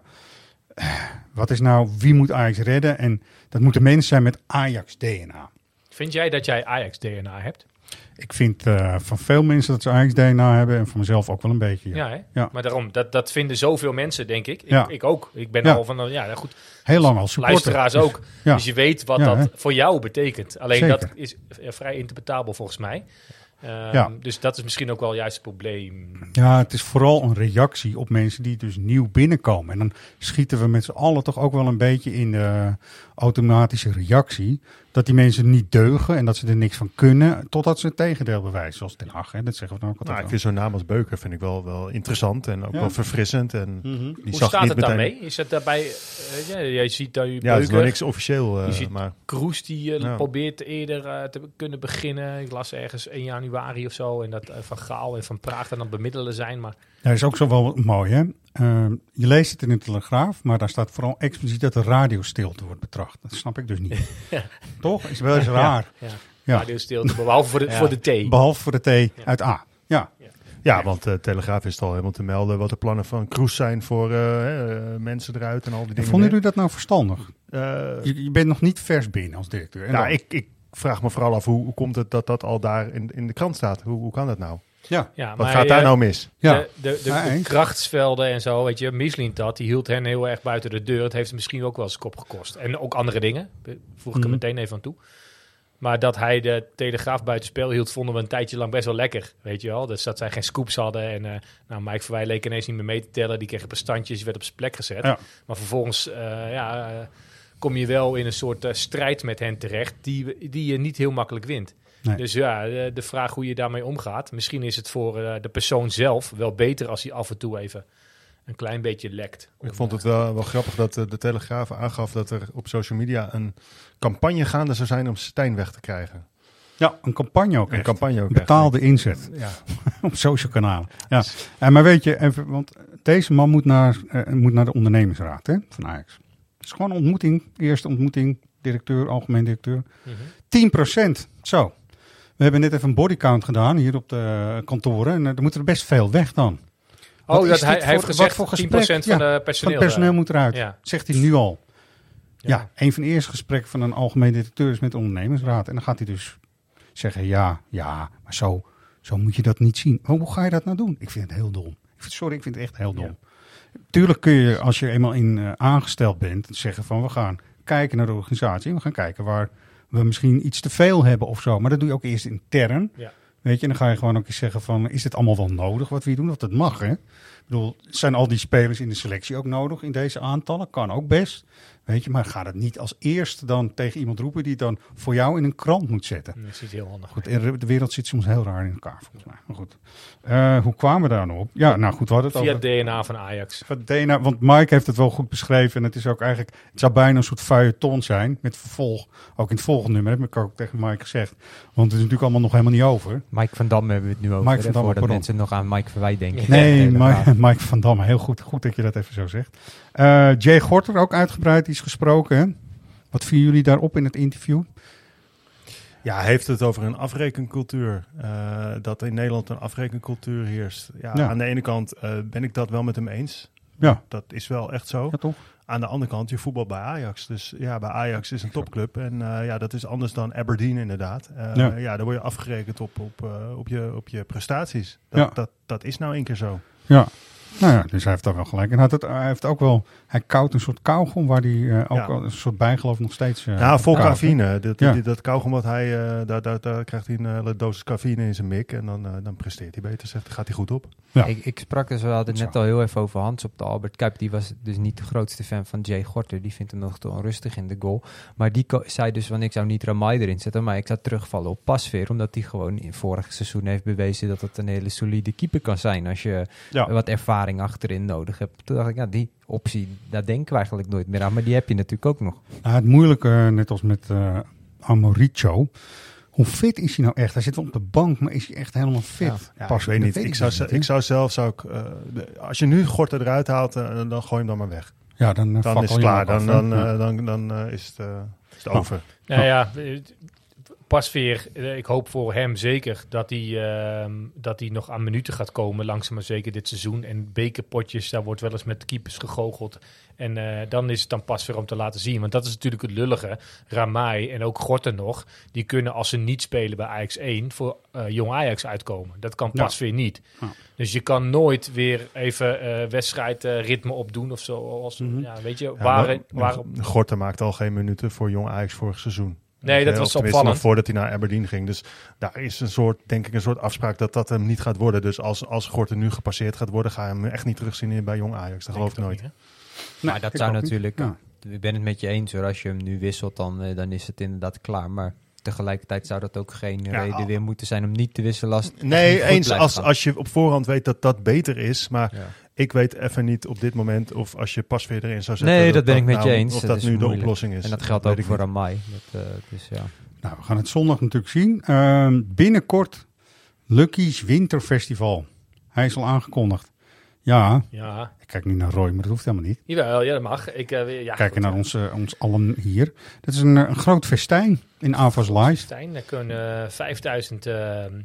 wat is nou, wie moet Ajax redden? En dat moeten mensen zijn met Ajax D N A. Vind jij dat jij Ajax D N A hebt? Ik vind uh, van veel mensen dat ze Ajax D N A hebben en van mezelf ook wel een beetje. Ja. Ja, hè? Ja. Maar daarom, dat, dat vinden zoveel mensen, denk ik. Ik, Ja. ik ook. Ik ben Ja. al van, uh, ja, goed. Heel lang al supporter. Luisteraars Dus, ook. ja. Dus je weet wat Ja, dat hè? voor jou betekent. Alleen Zeker. dat is uh, vrij interpretabel volgens mij. Um, Ja. Dus dat is misschien ook wel juist het probleem. Ja, het is vooral een reactie op mensen die dus nieuw binnenkomen. En dan schieten we met z'n allen toch ook wel een beetje in de automatische reactie. Dat die mensen niet deugen en dat ze er niks van kunnen. Totdat ze het tegendeel bewijzen, zoals Ten Hag. Hè. Dat zeggen we dan ook altijd Nou, ik wel. vind zo'n naam als Beuker vind ik wel, wel interessant en ook Ja. wel verfrissend. En die Hoe zag staat niet het meteen. daarmee? Is het daarbij... Uh, ja, jij ziet daar je Ja, dat is nog Beuker, niks officieel, uh, Je ziet- maar Kroes die uh, Ja. probeert eerder uh, te kunnen beginnen. Ik las ergens één januari of zo. En dat uh, Van Gaal en Van Praag dan aan het bemiddelen zijn. Maar Ja, dat is ook zo wel mooi, hè. Uh, je leest het in de Telegraaf, maar daar staat vooral expliciet dat de radiostilte wordt betracht. Dat snap ik dus niet. Ja. Toch? Is wel eens raar. ja, Ja. radiostilte, behalve voor de, Ja. voor de thee. Behalve voor de thee uit A. Ja. ja, Ja, want de uh, Telegraaf is het al helemaal te melden wat de plannen van Kroes zijn voor uh, uh, mensen eruit en al die dingen. Vonden jullie dat nou verstandig? Uh, je, je bent nog niet vers binnen als directeur. En nou, ik, ik vraag me vooral af, hoe, hoe komt het dat dat al daar in, in de krant staat? Hoe, hoe kan dat nou? Ja. Ja, Wat maar, gaat daar uh, nou mis? De, Ja. de, de, de, Ja, de eens. krachtsvelden en zo, weet je, Mislintat, die hield hen heel erg buiten de deur. Het heeft hem misschien ook wel eens kop gekost. En ook andere dingen, voeg ik er Mhm. meteen even aan toe. Maar dat hij de Telegraaf buitenspel hield, vonden we een tijdje lang best wel lekker, weet je wel. Dus dat zij geen scoops hadden. En uh, nou, Mike Verwij leek ineens niet meer mee te tellen. Die kreeg een paar standjes, die werd op zijn plek gezet. Ja. Maar vervolgens uh, ja, uh, kom je wel in een soort uh, strijd met hen terecht, die, die je niet heel makkelijk wint. Nee. Dus ja, de, de vraag hoe je daarmee omgaat. Misschien is het voor uh, de persoon zelf wel beter als hij af en toe even een klein beetje lekt. Ik vond het wel, wel grappig dat uh, de Telegraaf aangaf dat er op social media een campagne gaande zou zijn om Stijn weg te krijgen. Ja, een campagne ook Een echt. campagne ook Betaalde echt. inzet. Ja. Op social kanalen. Ja. En maar weet je, even, want deze man moet naar, uh, moet naar de ondernemingsraad, hè, van Ajax. Het is gewoon een ontmoeting. Eerste ontmoeting, directeur, algemeen directeur. Mm-hmm. tien procent. Zo. We hebben net even een bodycount gedaan hier op de kantoren. En uh, er moet er best veel weg dan. Wat Oh, is dat dit hij, hij voor- heeft wat gezegd voor tien gesprek? procent van Ja, de personeel. Van het personeel moet eruit. Ja. Zegt hij nu al. Ja. Ja. een van de eerste gesprekken van een algemeen directeur is met de ondernemingsraad. En dan gaat hij dus zeggen, ja, ja, maar zo, zo moet je dat niet zien. Maar hoe ga je dat nou doen? Ik vind het heel dom. Ik vind, sorry, ik vind het echt heel dom. Ja. Tuurlijk kun je, als je eenmaal in uh, aangesteld bent, zeggen van we gaan kijken naar de organisatie. We gaan kijken waar we misschien iets te veel hebben of zo. Maar dat doe je ook eerst intern. Ja. Weet je, en dan ga je gewoon ook eens zeggen van, is dit allemaal wel nodig wat we hier doen? Want dat mag, hè? Ik bedoel, zijn al die spelers in de selectie ook nodig in deze aantallen? Kan ook best. Weet je, maar ga het niet als eerste dan tegen iemand roepen die het dan voor jou in een krant moet zetten. Dat is niet heel handig. Goed, de wereld zit soms heel raar in elkaar, volgens mij. Maar goed, uh, hoe kwamen we daar nou op? Ja, nou goed, we hadden het Via over... het D N A van Ajax. Van D N A, want Mike heeft het wel goed beschreven. En het is ook eigenlijk, het zou bijna een soort feuilleton zijn. Met vervolg, ook in het volgende nummer, heb ik ook tegen Mike gezegd. Want het is natuurlijk allemaal nog helemaal niet over. Mike van Dam hebben we het nu over. Mike van Dam, voordat pardon. mensen nog aan Mike Verwij denken. Nee, Ja, Mike, Mike van Dam, heel goed, goed dat je dat even zo zegt. Uh, Jay Gorter, ook uitgebreid iets gesproken. Hè? Wat vinden jullie daarop in het interview? Ja, hij heeft het over een afrekencultuur. Uh, dat in Nederland een afrekencultuur heerst. Ja, Ja. Aan de ene kant uh, ben ik dat wel met hem eens. Ja. Dat is wel echt zo. Ja, toch? Aan de andere kant, je voetbal bij Ajax. Dus ja, bij Ajax is een topclub. En uh, ja, dat is anders dan Aberdeen inderdaad. Uh, Ja. ja. Daar word je afgerekend op, op, uh, op, je, op je prestaties. Dat, Ja. dat, dat is nou één keer zo. Ja. Nou ja, dus hij heeft ook wel gelijk. En hij, had het, hij heeft ook wel, hij koudt een soort kauwgom waar hij uh, ook Ja. wel een soort bijgeloof nog steeds uh, Ja, vol koudt, hè? cafeïne. Dat, Ja. die, dat kauwgom wat hij, uh, daar, daar, daar krijgt hij een hele dosis cafeïne in zijn mik. En dan, uh, dan presteert hij beter, zegt, dan gaat hij goed op. Ja. Ik, ik sprak dus, we hadden het net al heel even over Hans op de Albert Kuip. Die was dus niet de grootste fan van Jay Gorter. Die vindt hem nog te onrustig in de goal. Maar die ko- zei dus, want ik zou niet Ramai erin zetten, maar ik zou terugvallen op Pasveer. Omdat hij gewoon in vorig seizoen heeft bewezen dat het een hele solide keeper kan zijn. Als je Ja. wat ervaring achterin nodig hebt. Toen dacht ik, ja, die optie, daar denken we eigenlijk nooit meer aan. Maar die heb je natuurlijk ook nog. Nou, het moeilijke, net als met uh, Amoricho. Hoe fit is hij nou echt? Hij zit wel op de bank, maar is hij echt helemaal fit? Ja. Ja, Pas, ik weet dat niet. Ik zou, dus ze- niet, hè? ik zou zelf, zou ik, uh, de, als je nu Gorter eruit haalt, uh, dan gooi je hem dan maar weg. Ja, dan, uh, Dan fakkel is je het klaar. hem ook Dan, af, hè? dan, Ja. uh, dan, dan uh, is het, uh, is het Oh. over. Nou ja, eh, Pasveer, eh, ik hoop voor hem zeker dat hij, eh, dat hij nog aan minuten gaat komen, langzaam maar zeker dit seizoen. En bekerpotjes, daar wordt wel eens met keepers gegoocheld. En eh, dan is het dan Pasveer om te laten zien. Want dat is natuurlijk het lullige. Ramai en ook Gorter nog, die kunnen als ze niet spelen bij Ajax één voor uh, jong Ajax uitkomen. Dat kan Ja. Pasveer niet. Ja. Dus je kan nooit weer even uh, wedstrijdritme opdoen of zo. Als, Mhm. ja, weet je, Ja, waar, maar- waar, Gorter maakte al geen minuten voor jong Ajax vorig seizoen. Nee, dat Of was tenminste opvallend. nog voordat hij naar Aberdeen ging. Dus daar is een soort, denk ik, een soort afspraak dat dat hem niet gaat worden. Dus als, als Gorter nu gepasseerd gaat worden, ga je hem echt niet terugzien in- bij jong Ajax. Dat geloof ik nooit. Niet, Nee, maar dat ik zou ook niet. natuurlijk, Ja. ik ben het met je eens hoor. Als je hem nu wisselt, dan, eh, dan is het inderdaad klaar. Maar tegelijkertijd zou dat ook geen Ja, reden al- weer moeten zijn om niet te wisselen als het echt niet Nee, goed eens blijft als, gaan. als je op voorhand weet dat dat beter is. Maar Ja. ik weet even niet op dit moment of als je Pasveer erin zou zetten. Nee, dat ben ik met nou- je eens. Of Dat dat is nu de moeilijk. oplossing is. En dat geldt weet ook ik voor niet. Ramai. Dat, uh, dus ja. Nou, we gaan het zondag natuurlijk zien. Uh, binnenkort Lucky's Winterfestival. Hij is al aangekondigd. Ja, Ja, ik kijk nu naar Roy, maar dat hoeft helemaal niet. jawel, ja, dat mag. Ik, uh, ja, Kijken goed, naar ja. ons, uh, ons allen hier. Dat is een, uh, een groot festijn in Avas Live. Stijn, daar kunnen uh, vijfduizend uh,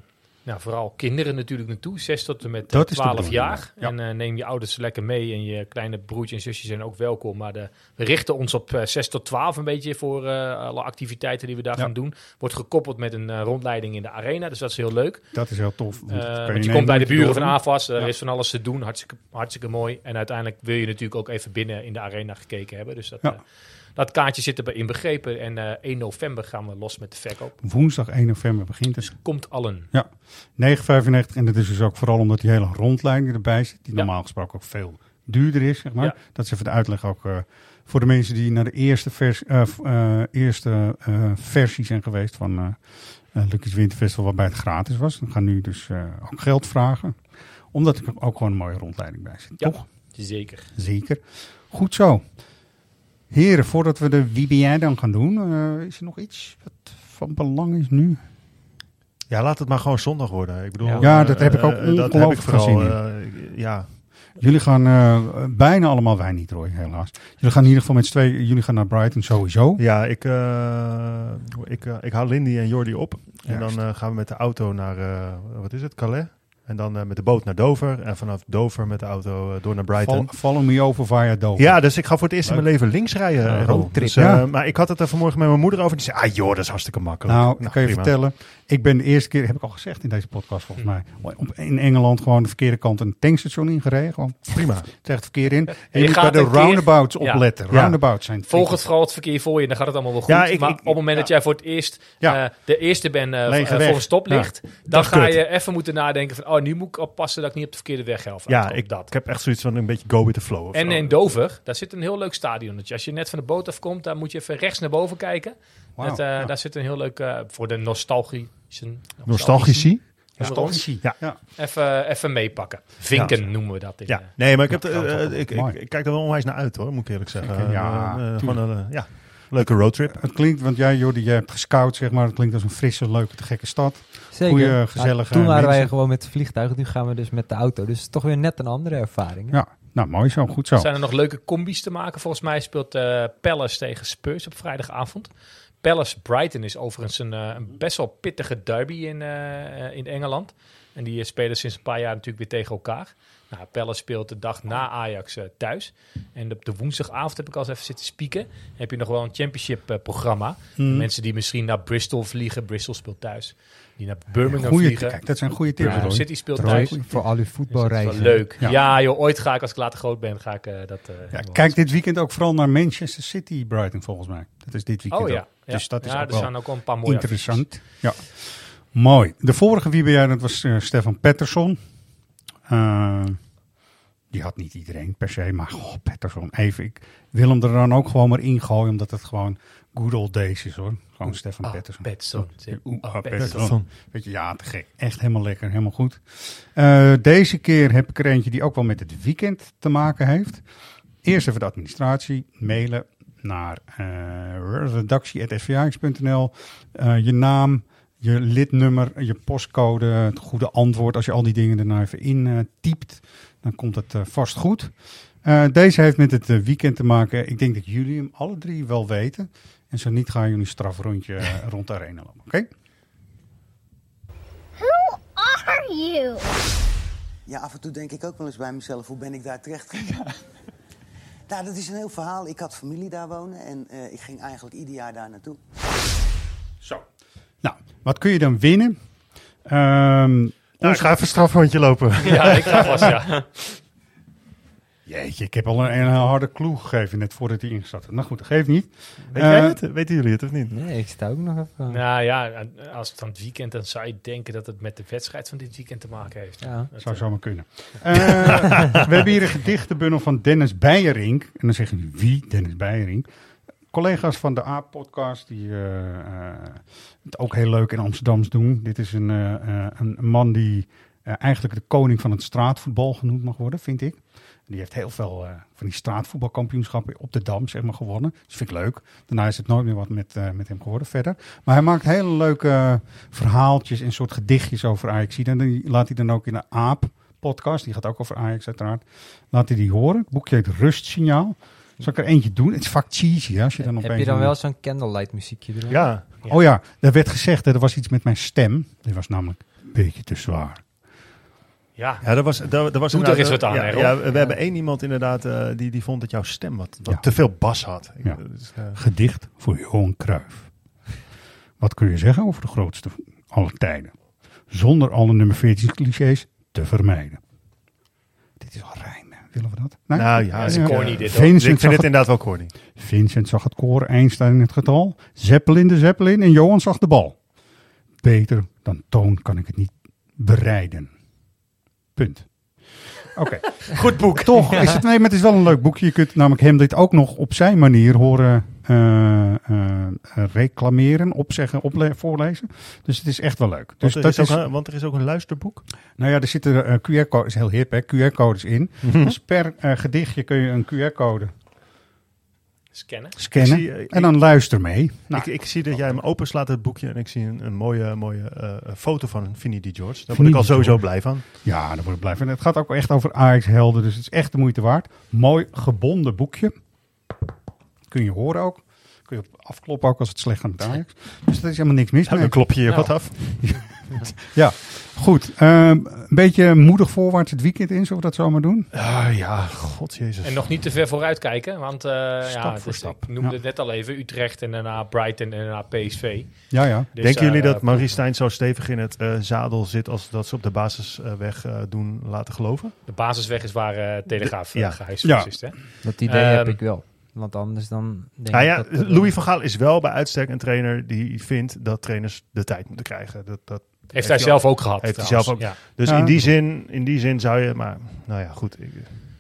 Nou, vooral kinderen natuurlijk naartoe, zes tot en met Dat is de twaalf bedoeling, jaar. ja. En uh, neem je ouders lekker mee en je kleine broertjes en zusjes zijn ook welkom. Maar de, we richten ons op uh, zes tot twaalf een beetje voor uh, alle activiteiten die we daar Ja. gaan doen. Wordt gekoppeld met een uh, rondleiding in de arena, dus dat is heel leuk. Dat is heel tof. Want, Uh, kan je want je in komt bij de één buren minuutje van doordoen. A F A S, er Ja. is van alles te doen, hartstikke, hartstikke mooi. En uiteindelijk wil je natuurlijk ook even binnen in de arena gekeken hebben. Dus dat, Ja. uh, dat kaartje zit erbij inbegrepen. En uh, één november gaan we los met de verkoop. Woensdag één november begint het. Dus komt allen. Ja, negen vijfennegentig. En dat is dus ook vooral omdat die hele rondleiding erbij zit. Die Ja. normaal gesproken ook veel duurder is, zeg maar. Ja. Dat is even de uitleg ook uh, voor de mensen die naar de eerste, vers, uh, uh, eerste uh, versie zijn geweest van uh, uh, Lucky's Winterfestival, waarbij het gratis was. Dan gaan nu dus uh, ook geld vragen. Omdat er ook gewoon een mooie rondleiding bij zit, Ja. toch? Zeker. Zeker. Goed zo. Heren, voordat we de wie ben jij dan gaan doen, uh, is er nog iets wat van belang is nu? Ja, laat het maar gewoon zondag worden. Ik bedoel, Ja. Ja, dat heb ik ook eh, dat heb ik ongelooflijk vooral, gezien. eh, ja, Jullie gaan uh, bijna allemaal, wij niet Roy, helaas. Jullie gaan in ieder geval met z'n tweeën, jullie gaan naar Brighton sowieso. ja, ik, uh, ik, uh, ik haal Lindy en Jordi op. En Juist. dan uh, gaan we met de auto naar, uh, wat is het, Calais? En dan uh, met de boot naar Dover. En vanaf Dover met de auto uh, door naar Brighton. Follow, follow me over via Dover. Ja, dus ik ga voor het eerst in mijn leven links rijden. Ja, Roel. roadtrip, Dus, uh, ja. Maar ik had het er vanmorgen met mijn moeder over. Die zei, ah joh, dat is hartstikke makkelijk. Nou, ik kan je prima. vertellen, ik ben de eerste keer, heb ik al gezegd in deze podcast volgens mij, op, in Engeland gewoon de verkeerde kant een tankstation ingereden. Gewoon Prima. terecht verkeer in. En je, je moet gaat bij de een keer- roundabouts Ja. opletten. Ja. Roundabouts zijn Volg het vooral het verkeer voor je, dan gaat het allemaal wel goed. Ja, ik- maar ik- op het moment dat jij voor het eerst Ja. uh, de eerste bent uh, Lege uh, weg. voor een stoplicht, Ja. dan Dat is ga kut. je even moeten nadenken van, oh, nu moet ik oppassen dat ik niet op de verkeerde weg help. Ja, ik, dat. ik heb echt zoiets van een beetje go with the flow. of En zo. in Dover, daar zit een heel leuk stadionnetje. Als je net van de boot afkomt, dan moet je even rechts naar boven kijken. Wauw, Met, uh, ja. Daar zit een heel leuk, uh, voor de nostalgie. Nostalgici? Nostalgici. Ja. Ja. Even, even meepakken. Vinken Ja. noemen we dat. In, Ja, uh, nee, maar ik, heb, Ja, eh, dat is eh, ook ik, mooi. ik, ik kijk er wel onwijs naar uit hoor, moet ik eerlijk zeggen. Zeker, ja, Eh, eh, tuurlijk. gewoon een eh, ja, leuke roadtrip. Het klinkt, want jij Jordi, jij hebt gescout zeg maar. Het klinkt als een frisse, leuke, te gekke stad. Zeker. Goeie, Ja, gezellige toen waren wij mensen. gewoon met het vliegtuig, nu gaan we dus met de auto. Dus het is toch weer net een andere ervaring. hè? Ja, nou mooi zo, goed zo. Zijn er nog leuke combi's te maken? Volgens mij speelt uh, Palace tegen Spurs op vrijdagavond. Palace Brighton is overigens een, uh, een best wel pittige derby in, uh, in Engeland. En die uh, spelen sinds een paar jaar natuurlijk weer tegen elkaar. Nou, Palace speelt de dag na Ajax uh, thuis. En op de woensdagavond heb ik al eens even zitten spieken. Dan heb je nog wel een championship uh, programma. Mm. Mensen die misschien naar Bristol vliegen. Bristol speelt thuis. Die naar Birmingham Goeie, vliegen. kijk, dat zijn goede tips. Ja, Roy. City speelt Roy. thuis. Goeie Voor al uw Dus dat is voetbalreizen. wel leuk. Ja. Ja. joh, ooit ga ik als ik later groot ben, ga ik uh, dat... Uh, Ja, helemaal kijk dit weekend ook vooral naar Manchester City Brighton volgens mij. Dat is dit weekend Oh ja, ook. ja. Dus dat is ja, ook er wel zijn ook wel een paar mooie interessant. Ja. Mooi. De vorige wie ben jij, dat was uh, Stefan Pettersson. Uh, die had niet iedereen per se, maar oh, Pettersson. Even, ik wil hem er dan ook gewoon maar ingooien, omdat het gewoon good old days is hoor. Gewoon Stefan Ah, Pettersson. Pettersson. Oeh, Ah, ah, Pettersson. Pettersson. Weet je, ja, te gek. Echt helemaal lekker, helemaal goed. Uh, deze keer heb ik er eentje die ook wel met het weekend te maken heeft. Eerst even de administratie. Mailen naar uh, redactie at s v a x punt n l. Uh, je naam, je lidnummer, je postcode, het goede antwoord. Als je al die dingen er nou even in uh, typt, dan komt het uh, vast goed. Uh, deze heeft met het uh, weekend te maken. Ik denk dat jullie hem alle drie wel weten. En zo niet gaan jullie een strafrondje uh, rond de arena lopen. Oké? Okay? Who are you? Ja, af en toe denk ik ook wel eens bij mezelf, hoe ben ik daar terecht gegaan? Nou, dat is een heel verhaal. Ik had familie daar wonen en uh, ik ging eigenlijk ieder jaar daar naartoe. Zo. Nou, wat kun je dan winnen? Um, nou, ik ga even een strafrondje lopen. Ja, ik ga vast, ja. Jeetje, ik heb al een, een harde clue gegeven net voordat hij ingezet had. Nou goed, dat geeft niet. Weet uh, jij het? Weten jullie het of niet? Nee, ik sta ook nog even... Nou ja, als het aan het weekend, dan zou je denken dat het met de wedstrijd van dit weekend te maken heeft. Ja. Dat zou zomaar kunnen. Uh, we hebben hier een gedichtenbundel van Dennis Beijerink. En dan zeggen jullie, wie? Dennis Beijerink. Collega's van de A-podcast die uh, uh, het ook heel leuk in Amsterdams doen. Dit is een, uh, uh, een man die uh, eigenlijk de koning van het straatvoetbal genoemd mag worden, vind ik. Die heeft heel veel uh, van die straatvoetbalkampioenschappen op de Dam zeg maar, gewonnen. Dus vind ik leuk. Daarna is het nooit meer wat met, uh, met hem geworden verder. Maar hij maakt hele leuke uh, verhaaltjes en soort gedichtjes over Ajax. En die laat hij dan ook in de A P-podcast. Die gaat ook over Ajax uiteraard. Laat hij die horen. Het boekje heet Rustsignaal. Zal ik er eentje doen? Het is vaak cheesy, hè, als je dan Heb opeens... je dan een- wel zo'n candlelight muziekje erop? Ja. Ja. Oh ja, er werd gezegd, hè, er was iets met mijn stem. Die was namelijk een beetje te zwaar. Ja, Ja, dat was, dat, dat was Doe er eens wat aan, ja, hè, ja, Rob? we, we hebben één iemand inderdaad uh, die, die vond dat jouw stem wat, wat Ja. te veel bas had. Ik- Ja. dus, uh, Gedicht voor Johan Cruijff. Wat kun je zeggen over de grootste aller tijden? Zonder alle nummer veertien clichés te vermijden. Dit is al rijm, hè? Willen we dat? Nee? nou ja, dat is ik, corny uh, dit, hoor. Vincent ik vind zag het het, inderdaad wel corny. Vincent zag het koor, Einstein in het getal. Zeppelin de Zeppelin en Johan zag de bal. Beter dan Toon kan ik het niet bereiden. Punt. Oké. Goed boek. Toch is het, nee, maar het is wel een leuk boekje. Je kunt namelijk hem dit ook nog op zijn manier horen uh, uh, reclameren, opzeggen, ople- voorlezen. Dus het is echt wel leuk. Dus Want er, dat is ook is, een, want er is ook een luisterboek. nou ja, er zitten uh, Q R-codes, is heel hip hè, Q R-codes in. Mhm. Dus per uh, gedichtje kun je een Q R-code scannen. scannen Ik zie, uh, en dan luister mee. Nou, ik, ik zie dat jij hem openslaat, het boekje, en ik zie een, een mooie, mooie uh, foto van Vinnie Di George. Daar word Vinnie ik al Di sowieso George. blij van. ja, daar word ik blij van. Het gaat ook echt over Ajax-helden, dus het is echt de moeite waard. Mooi gebonden boekje. Kun je horen ook. Kun je op afkloppen ook als het slecht gaat met Ajax. Dus dat is helemaal niks mis Nou, mee. dan klop je je Nou. wat af. Ja, goed. Um, een beetje moedig voorwaarts het weekend in, zullen we dat zomaar doen? Ah, ja, god jezus. En nog niet te ver vooruit kijken, want uh, Stap ja, voor dus stap. ik noemde Ja. het net al even, Utrecht en daarna Brighton en daarna P S V. Ja, ja. Dus, Denken jullie uh, dat Marie Stijn zo stevig in het uh, zadel zit als dat ze op de basisweg uh, doen laten geloven? De basisweg is waar uh, Telegraaf De- uh, ja. gehuisvest Ja. is, hè? Dat idee heb Ehm, ik wel. Want anders dan denk Nou ja, ik dat... er- Louis van Gaal is wel bij uitstek een trainer die vindt dat trainers de tijd moeten krijgen. Dat, dat Heeft hij hij zelf ook gehad. heeft hij trouwens. zelf ook. Ja. Dus Ja. in, die zin, in die zin zou je, maar nou ja, goed. Ik,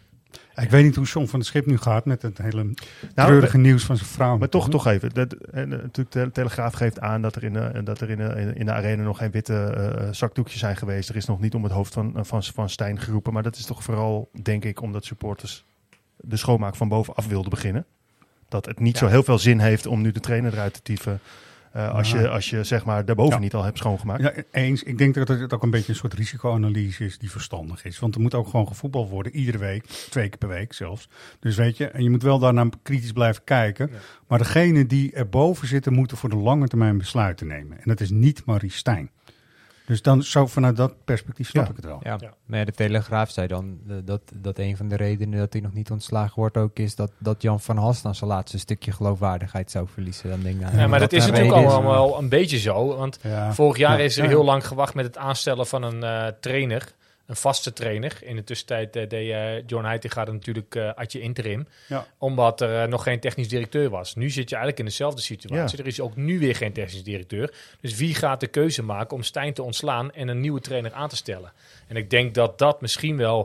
Ik weet niet hoe John van het Schip nu gaat met het hele nou, treurige nieuws van zijn vrouw. maar toch, toch even. Dat, en, uh, natuurlijk, de Telegraaf geeft aan dat er in de, dat er in de, in de arena nog geen witte uh, zakdoekjes zijn geweest. Er is nog niet om het hoofd van, van, van Stijn geroepen. Maar dat is toch vooral, denk ik, omdat supporters de schoonmaak van bovenaf wilden beginnen. Dat het niet Ja. zo heel veel zin heeft om nu de trainer eruit te tyfen. Uh, als, Ja. je, als je zeg maar daarboven Ja. niet al hebt schoongemaakt. Ja, eens. Ik denk dat het ook een beetje een soort risicoanalyse is die verstandig is. Want er moet ook gewoon gevoetbald worden, iedere week, twee keer per week zelfs. Dus weet je, en je moet wel daarna kritisch blijven kijken. Ja. Maar degenen die erboven zitten, moeten voor de lange termijn besluiten nemen. En dat is niet Marie Stijn. Dus dan zo vanuit dat perspectief snap Ja. ik het wel. Ja, Ja. maar ja, de Telegraaf zei dan uh, dat, dat een van de redenen dat hij nog niet ontslagen wordt ook is dat, dat Jan van Hals dan zijn laatste stukje geloofwaardigheid zou verliezen. Dan denk ik, nou, Ja, maar dat is een natuurlijk reden is. allemaal wel een beetje zo. Want Ja. vorig jaar Ja. is er Ja. heel lang gewacht met het aanstellen van een uh, trainer. Een vaste trainer. In de tussentijd uh, deed uh, John Heitinga natuurlijk uh, Adje interim. Ja. Omdat er uh, nog geen technisch directeur was. Nu zit je eigenlijk in dezelfde situatie. Ja. Er is ook nu weer geen technisch directeur. Dus wie gaat de keuze maken om Stijn te ontslaan en een nieuwe trainer aan te stellen? En ik denk dat dat misschien wel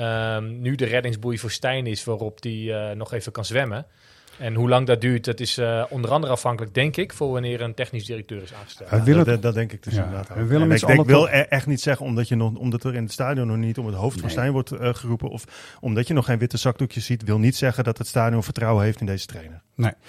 um, nu de reddingsboei voor Stijn is waarop hij uh, nog even kan zwemmen. En hoe lang dat duurt, dat is uh, onder andere afhankelijk, denk ik, voor wanneer een technisch directeur is aangesteld. We Ja, willen- dat, dat denk ik dus Ja, inderdaad. we ook. willen En met ik z'n denk, allen wil toch- e- echt niet zeggen omdat, je nog, omdat er in het stadion nog niet om het hoofd van Nee. Stijn wordt uh, geroepen. Of omdat je nog geen witte zakdoekjes ziet. Wil niet zeggen dat het stadion vertrouwen heeft in deze trainer.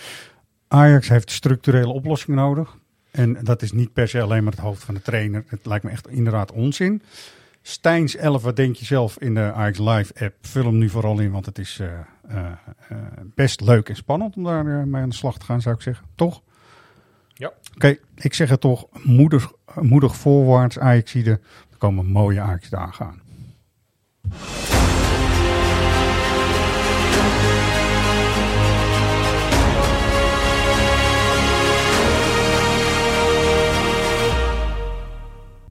Ajax heeft structurele oplossingen nodig. En dat is niet per se alleen maar het hoofd van de trainer. Het lijkt me echt inderdaad onzin. Stijns elf, wat denk je zelf in de Ajax Live app? Vul hem nu vooral in, want het is uh, uh, uh, best leuk en spannend om daar uh, mee aan de slag te gaan, zou ik zeggen. Toch? Ja. Oké, okay, ik zeg het toch. Moedig, moedig voorwaarts, Ajaxide. Er komen mooie Ajax dagen aan.